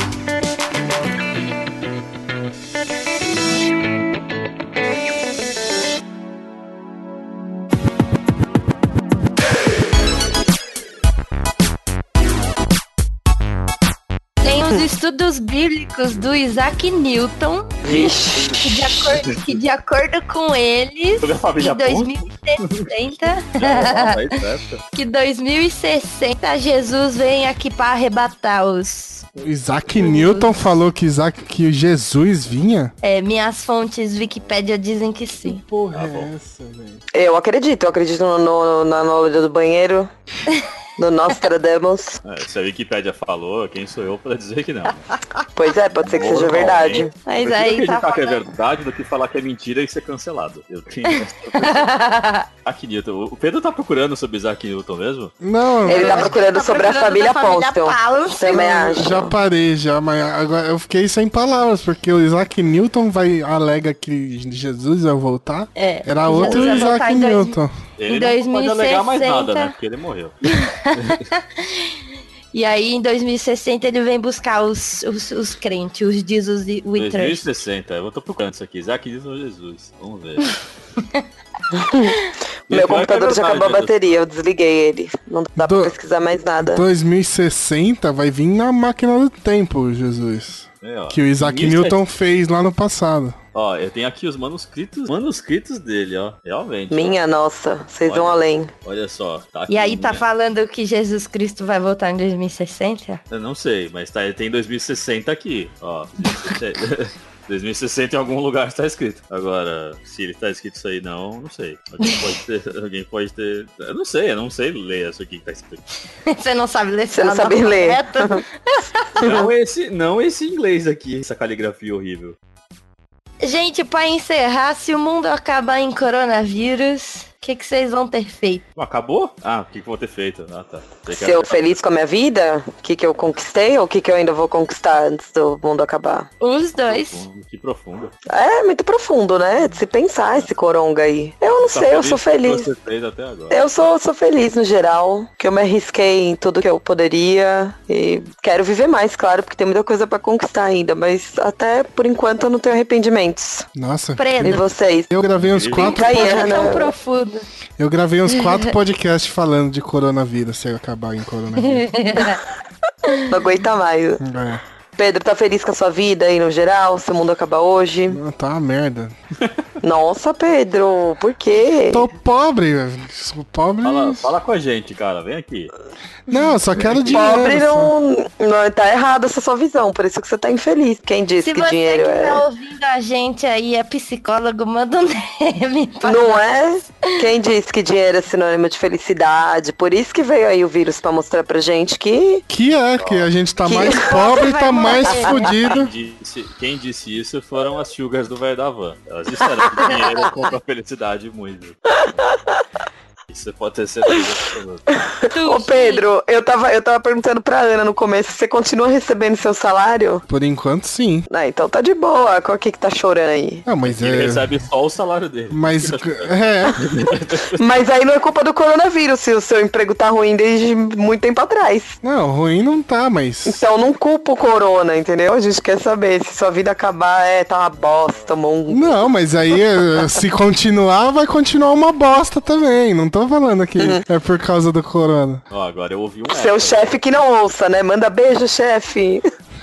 Speaker 1: Tem os estudos bíblicos do Isaac Newton,
Speaker 4: Vixe.
Speaker 1: que de acordo com eles,
Speaker 3: Sobre a família
Speaker 1: que 2060, que 2060 Jesus vem aqui para arrebatar os...
Speaker 2: Isaac Newton falou que Jesus vinha?
Speaker 1: minhas fontes Wikipédia dizem que sim.
Speaker 2: Porra, é essa, velho?
Speaker 4: Eu acredito na loja do banheiro. Do Nostradamus.
Speaker 3: Se a Wikipédia falou, quem sou eu pra dizer que não?
Speaker 4: Pois é, pode ser que seja verdade.
Speaker 1: Mas
Speaker 3: Eu
Speaker 1: aí
Speaker 3: acreditar
Speaker 1: tá
Speaker 3: que é
Speaker 1: falando...
Speaker 3: verdade do que falar que é mentira e ser cancelado. Eu tenho Isaac Newton. O Pedro tá procurando sobre Isaac Newton mesmo?
Speaker 2: Não,
Speaker 4: Ele tá procurando sobre a família Pôncio. Também acho.
Speaker 2: já parei já, mas agora eu fiquei sem palavras, porque o Isaac Newton alega que Jesus vai voltar. Era
Speaker 1: Jesus
Speaker 2: outro
Speaker 1: vai voltar
Speaker 2: Isaac
Speaker 1: em dois-
Speaker 2: Newton.
Speaker 3: Ele
Speaker 1: Em
Speaker 3: não pode alegar mais
Speaker 1: 2060.
Speaker 3: nada, né? Porque ele morreu.
Speaker 1: E aí, em 2060, ele vem buscar os crentes, os Jesus e o Trust.
Speaker 3: 2060, eu tô procurando isso aqui. Isaac Newton ou Jesus? Vamos ver.
Speaker 4: Meu computador já acabou a
Speaker 3: Jesus.
Speaker 4: bateria, eu desliguei ele. Não dá pra pesquisar mais nada.
Speaker 2: 2060 vai vir na máquina do tempo, Jesus.
Speaker 3: Ó,
Speaker 2: Que o Isaac
Speaker 3: 1700.
Speaker 2: Newton fez lá no passado.
Speaker 3: Ó, eu tenho aqui os manuscritos dele, ó. Realmente.
Speaker 4: Minha nossa, vocês
Speaker 3: Olha.
Speaker 4: vão além.
Speaker 3: Olha só. Tá aqui,
Speaker 1: E aí, tá
Speaker 3: né?
Speaker 1: falando que Jesus Cristo vai voltar em 2060?
Speaker 3: Eu não sei, mas tem 2060 aqui, ó. 2060 em algum lugar está escrito. Agora, se ele tá escrito isso aí, não sei. Alguém pode ter. Eu não sei ler isso aqui que tá escrito.
Speaker 1: Você não sabe ler.
Speaker 4: Você não sabe ler.
Speaker 3: Não esse inglês aqui, essa caligrafia horrível.
Speaker 1: Gente, pra encerrar, se o mundo acabar em coronavírus, o que vocês vão ter feito?
Speaker 3: Acabou? O que eu vou ter feito? Ah, tá.
Speaker 4: Se eu feliz com a minha vida, o que eu conquistei ou o que eu ainda vou conquistar antes do mundo acabar?
Speaker 1: Os dois.
Speaker 3: Que profundo.
Speaker 4: É muito profundo, né? De se pensar esse coronga aí. Eu não sei, eu sou feliz.
Speaker 3: Você fez até agora.
Speaker 4: Eu sou feliz no geral, que eu me arrisquei em tudo que eu poderia e quero viver mais, claro, porque tem muita coisa pra conquistar ainda, mas até por enquanto eu não tenho arrependimentos.
Speaker 2: Nossa.
Speaker 4: E
Speaker 1: Preto.
Speaker 4: vocês?
Speaker 2: Eu gravei uns 4
Speaker 4: Fica aí,
Speaker 1: É
Speaker 4: Ana.
Speaker 1: tão profundo.
Speaker 2: Eu gravei uns 4 podcasts falando de coronavírus, se eu acabar em coronavírus.
Speaker 4: Não aguenta mais.
Speaker 2: É.
Speaker 4: Pedro, tá feliz com a sua vida aí no geral? Se o mundo acabar hoje?
Speaker 2: Não, tá uma merda.
Speaker 4: Nossa, Pedro, por quê?
Speaker 2: Tô pobre, velho. Sou pobre.
Speaker 3: Fala com a gente, cara. Vem aqui.
Speaker 2: Não, só quero dinheiro.
Speaker 4: Pobre
Speaker 2: só.
Speaker 4: não tá errado essa sua visão, por isso que você tá infeliz. Quem disse
Speaker 1: Se
Speaker 4: que
Speaker 1: você
Speaker 4: dinheiro
Speaker 1: que
Speaker 4: é...
Speaker 1: tá ouvindo a gente aí, é psicólogo, manda um DM. pra
Speaker 4: Não
Speaker 1: nós.
Speaker 4: é? Quem disse que dinheiro é sinônimo de felicidade? Por isso que veio aí o vírus pra mostrar pra gente que...
Speaker 2: Que a gente tá
Speaker 4: Que
Speaker 2: mais pobre e tá
Speaker 1: vai
Speaker 2: mais
Speaker 1: morrer.
Speaker 2: fudido.
Speaker 3: Quem disse isso foram as sugars do velho da van. Elas disseram que dinheiro compra felicidade muito. Isso pode ter certeza absoluta.
Speaker 4: Ô Pedro, eu tava perguntando pra Ana no começo, você continua recebendo seu salário?
Speaker 2: Por enquanto, sim.
Speaker 4: Ah, então tá de boa. Qual que tá chorando aí?
Speaker 2: Ah, mas
Speaker 3: Ele
Speaker 2: é...
Speaker 3: recebe só o salário dele.
Speaker 2: Mas,
Speaker 4: Mas aí não é culpa do coronavírus, se o seu emprego tá ruim desde muito tempo atrás.
Speaker 2: não, ruim não tá, mas...
Speaker 4: Então não culpa o corona, entendeu? A gente quer saber se sua vida acabar, tá uma bosta,
Speaker 2: Não, mas aí se continuar, vai continuar uma bosta também. Não tô falando que é por causa do corona.
Speaker 3: Ó, agora eu ouvi um
Speaker 4: Seu
Speaker 3: eco.
Speaker 4: chefe que não ouça, né? Manda beijo, chefe.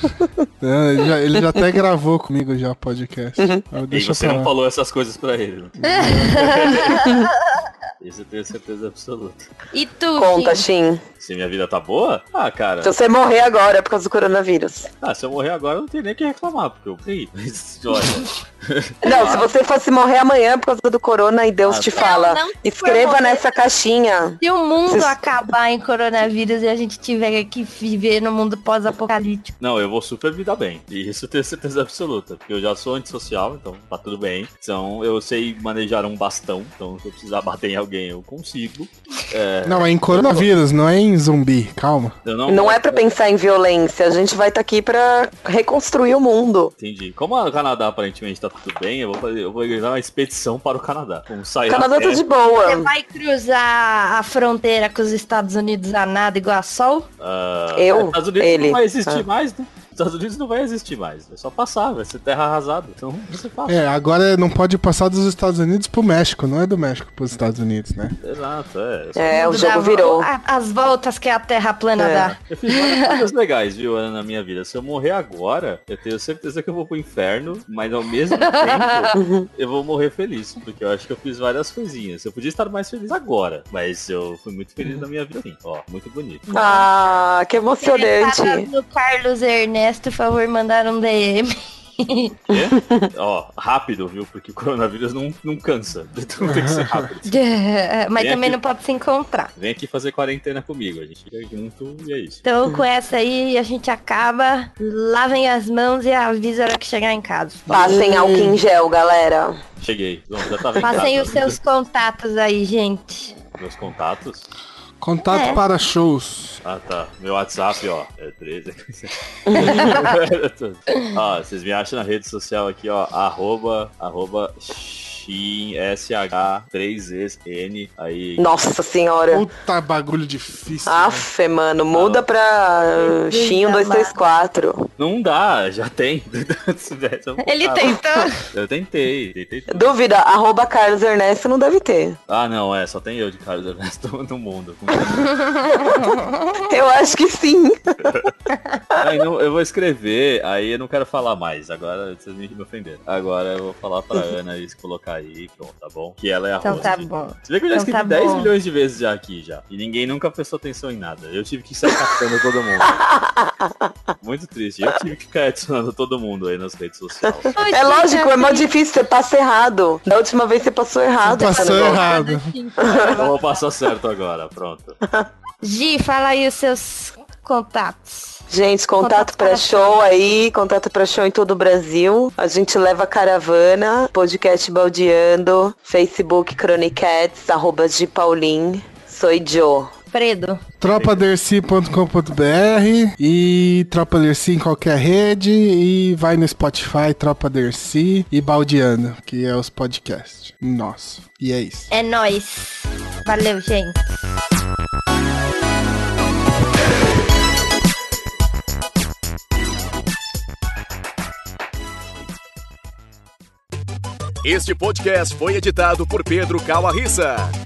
Speaker 2: Ele já até gravou comigo já o podcast.
Speaker 3: E
Speaker 2: Deixa eu
Speaker 3: você não
Speaker 2: falar.
Speaker 3: falou essas coisas pra ele. Isso eu tenho certeza absoluta.
Speaker 1: E tu,
Speaker 4: Conta,
Speaker 1: Shin?
Speaker 4: Shin.
Speaker 3: Se minha vida tá boa? Ah, cara.
Speaker 4: Se você morrer agora por causa do coronavírus.
Speaker 3: Se eu morrer agora, não tem nem o que reclamar, porque eu morri. Mas, olha.
Speaker 4: Não, se você fosse morrer amanhã por causa do corona e Deus te fala,
Speaker 1: não,
Speaker 4: escreva
Speaker 1: morrer.
Speaker 4: nessa caixinha.
Speaker 1: Se o mundo acabar em coronavírus e a gente tiver que viver no mundo pós-apocalíptico.
Speaker 3: Não, eu vou super me dar bem. E isso eu tenho certeza absoluta. Porque eu já sou antissocial, então tá tudo bem. Então eu sei manejar um bastão. Então se eu precisar bater em alguém, eu consigo.
Speaker 2: Não, é em coronavírus, não é em zumbi. Calma.
Speaker 4: Não é pra pensar em violência. A gente vai estar aqui pra reconstruir o mundo.
Speaker 3: Entendi. Como o Canadá aparentemente tá tudo bem, eu vou organizar uma expedição para o Canadá. Vamos sair
Speaker 4: O Canadá tá de boa.
Speaker 1: Você vai cruzar a fronteira com os Estados Unidos a nada igual a Sol?
Speaker 3: Estados Unidos
Speaker 4: ele.
Speaker 3: não vai existir mais, né? Estados Unidos não vai existir mais. É só passar, vai ser terra arrasada. Então você passa.
Speaker 2: Agora não pode passar dos Estados Unidos pro México, não é do México pros Estados Unidos, né?
Speaker 3: Exato,
Speaker 4: o jogo virou.
Speaker 1: As voltas que a Terra plana dá.
Speaker 3: Eu fiz várias coisas legais, viu, Ana, na minha vida. Se eu morrer agora, eu tenho certeza que eu vou pro inferno, mas ao mesmo tempo eu vou morrer feliz, porque eu acho que eu fiz várias coisinhas. Eu podia estar mais feliz agora, mas eu fui muito feliz na minha vida, sim. Ó, muito bonito.
Speaker 4: Ah, que emocionante.
Speaker 1: No Carlos Ernesto, por favor, mandar um DM.
Speaker 3: Ó, rápido, viu? Porque o coronavírus não cansa. Então tem que ser rápido.
Speaker 1: Mas
Speaker 3: Vem
Speaker 1: também
Speaker 3: aqui.
Speaker 1: não pode se encontrar.
Speaker 3: Vem aqui fazer quarentena comigo. A gente fica junto e é isso.
Speaker 1: Então, com essa aí, a gente acaba. Lavem as mãos e avisa a hora que chegar em casa.
Speaker 4: Passem álcool em gel, galera.
Speaker 3: Cheguei. Bom, já tava em
Speaker 1: Passem
Speaker 3: casa.
Speaker 1: os seus contatos aí, gente.
Speaker 3: Meus contatos?
Speaker 2: Contato para shows.
Speaker 3: Ah, tá. Meu WhatsApp, ó, é 13. Ó, vocês me acham na rede social aqui, ó, arroba SH3EN, aí...
Speaker 4: Nossa senhora.
Speaker 2: Puta bagulho difícil.
Speaker 4: Aff, mano, muda pra Shin 1234.
Speaker 3: Não dá, já tem.
Speaker 1: Ele tentou.
Speaker 3: Eu tentei tudo.
Speaker 4: Dúvida, arroba Carlos Ernesto não deve ter.
Speaker 3: Ah, não, só tem eu de Carlos Ernesto no mundo.
Speaker 4: Eu acho que sim.
Speaker 3: Aí eu vou escrever, aí eu não quero falar mais. Agora vocês me ofenderam. Agora eu vou falar pra Ana isso, colocar aí, pronto, tá bom? Que ela é a
Speaker 1: Então
Speaker 3: host.
Speaker 1: tá bom.
Speaker 3: Você vê que eu já
Speaker 1: Então
Speaker 3: escrevi
Speaker 1: tá
Speaker 3: 10
Speaker 1: bom.
Speaker 3: milhões de vezes já aqui já. E ninguém nunca prestou atenção em nada. Eu tive que sair catando todo mundo. Muito triste. Eu tive que ficar adicionando todo mundo aí nas redes sociais.
Speaker 4: É lógico, é mó difícil, você passa errado. Da última vez você passou errado.
Speaker 2: Passou
Speaker 4: cara.
Speaker 2: errado.
Speaker 3: Então eu vou passar certo agora, pronto.
Speaker 1: Gi, fala aí os seus contatos.
Speaker 4: Gente, contato pra show aí, contato pra show em todo o Brasil. A gente leva caravana, podcast Baldeando, Facebook Cronicats, @GPaulin. Sou Joe.
Speaker 1: Fredo.
Speaker 2: Tropadercy.com.br e Tropa Dercy em qualquer rede e vai no Spotify, Tropa Dercy e Baldeando, que é os podcasts. Nossa, e é isso.
Speaker 1: É nóis. Valeu, gente.
Speaker 5: Este podcast foi editado por Pedro Calarissa.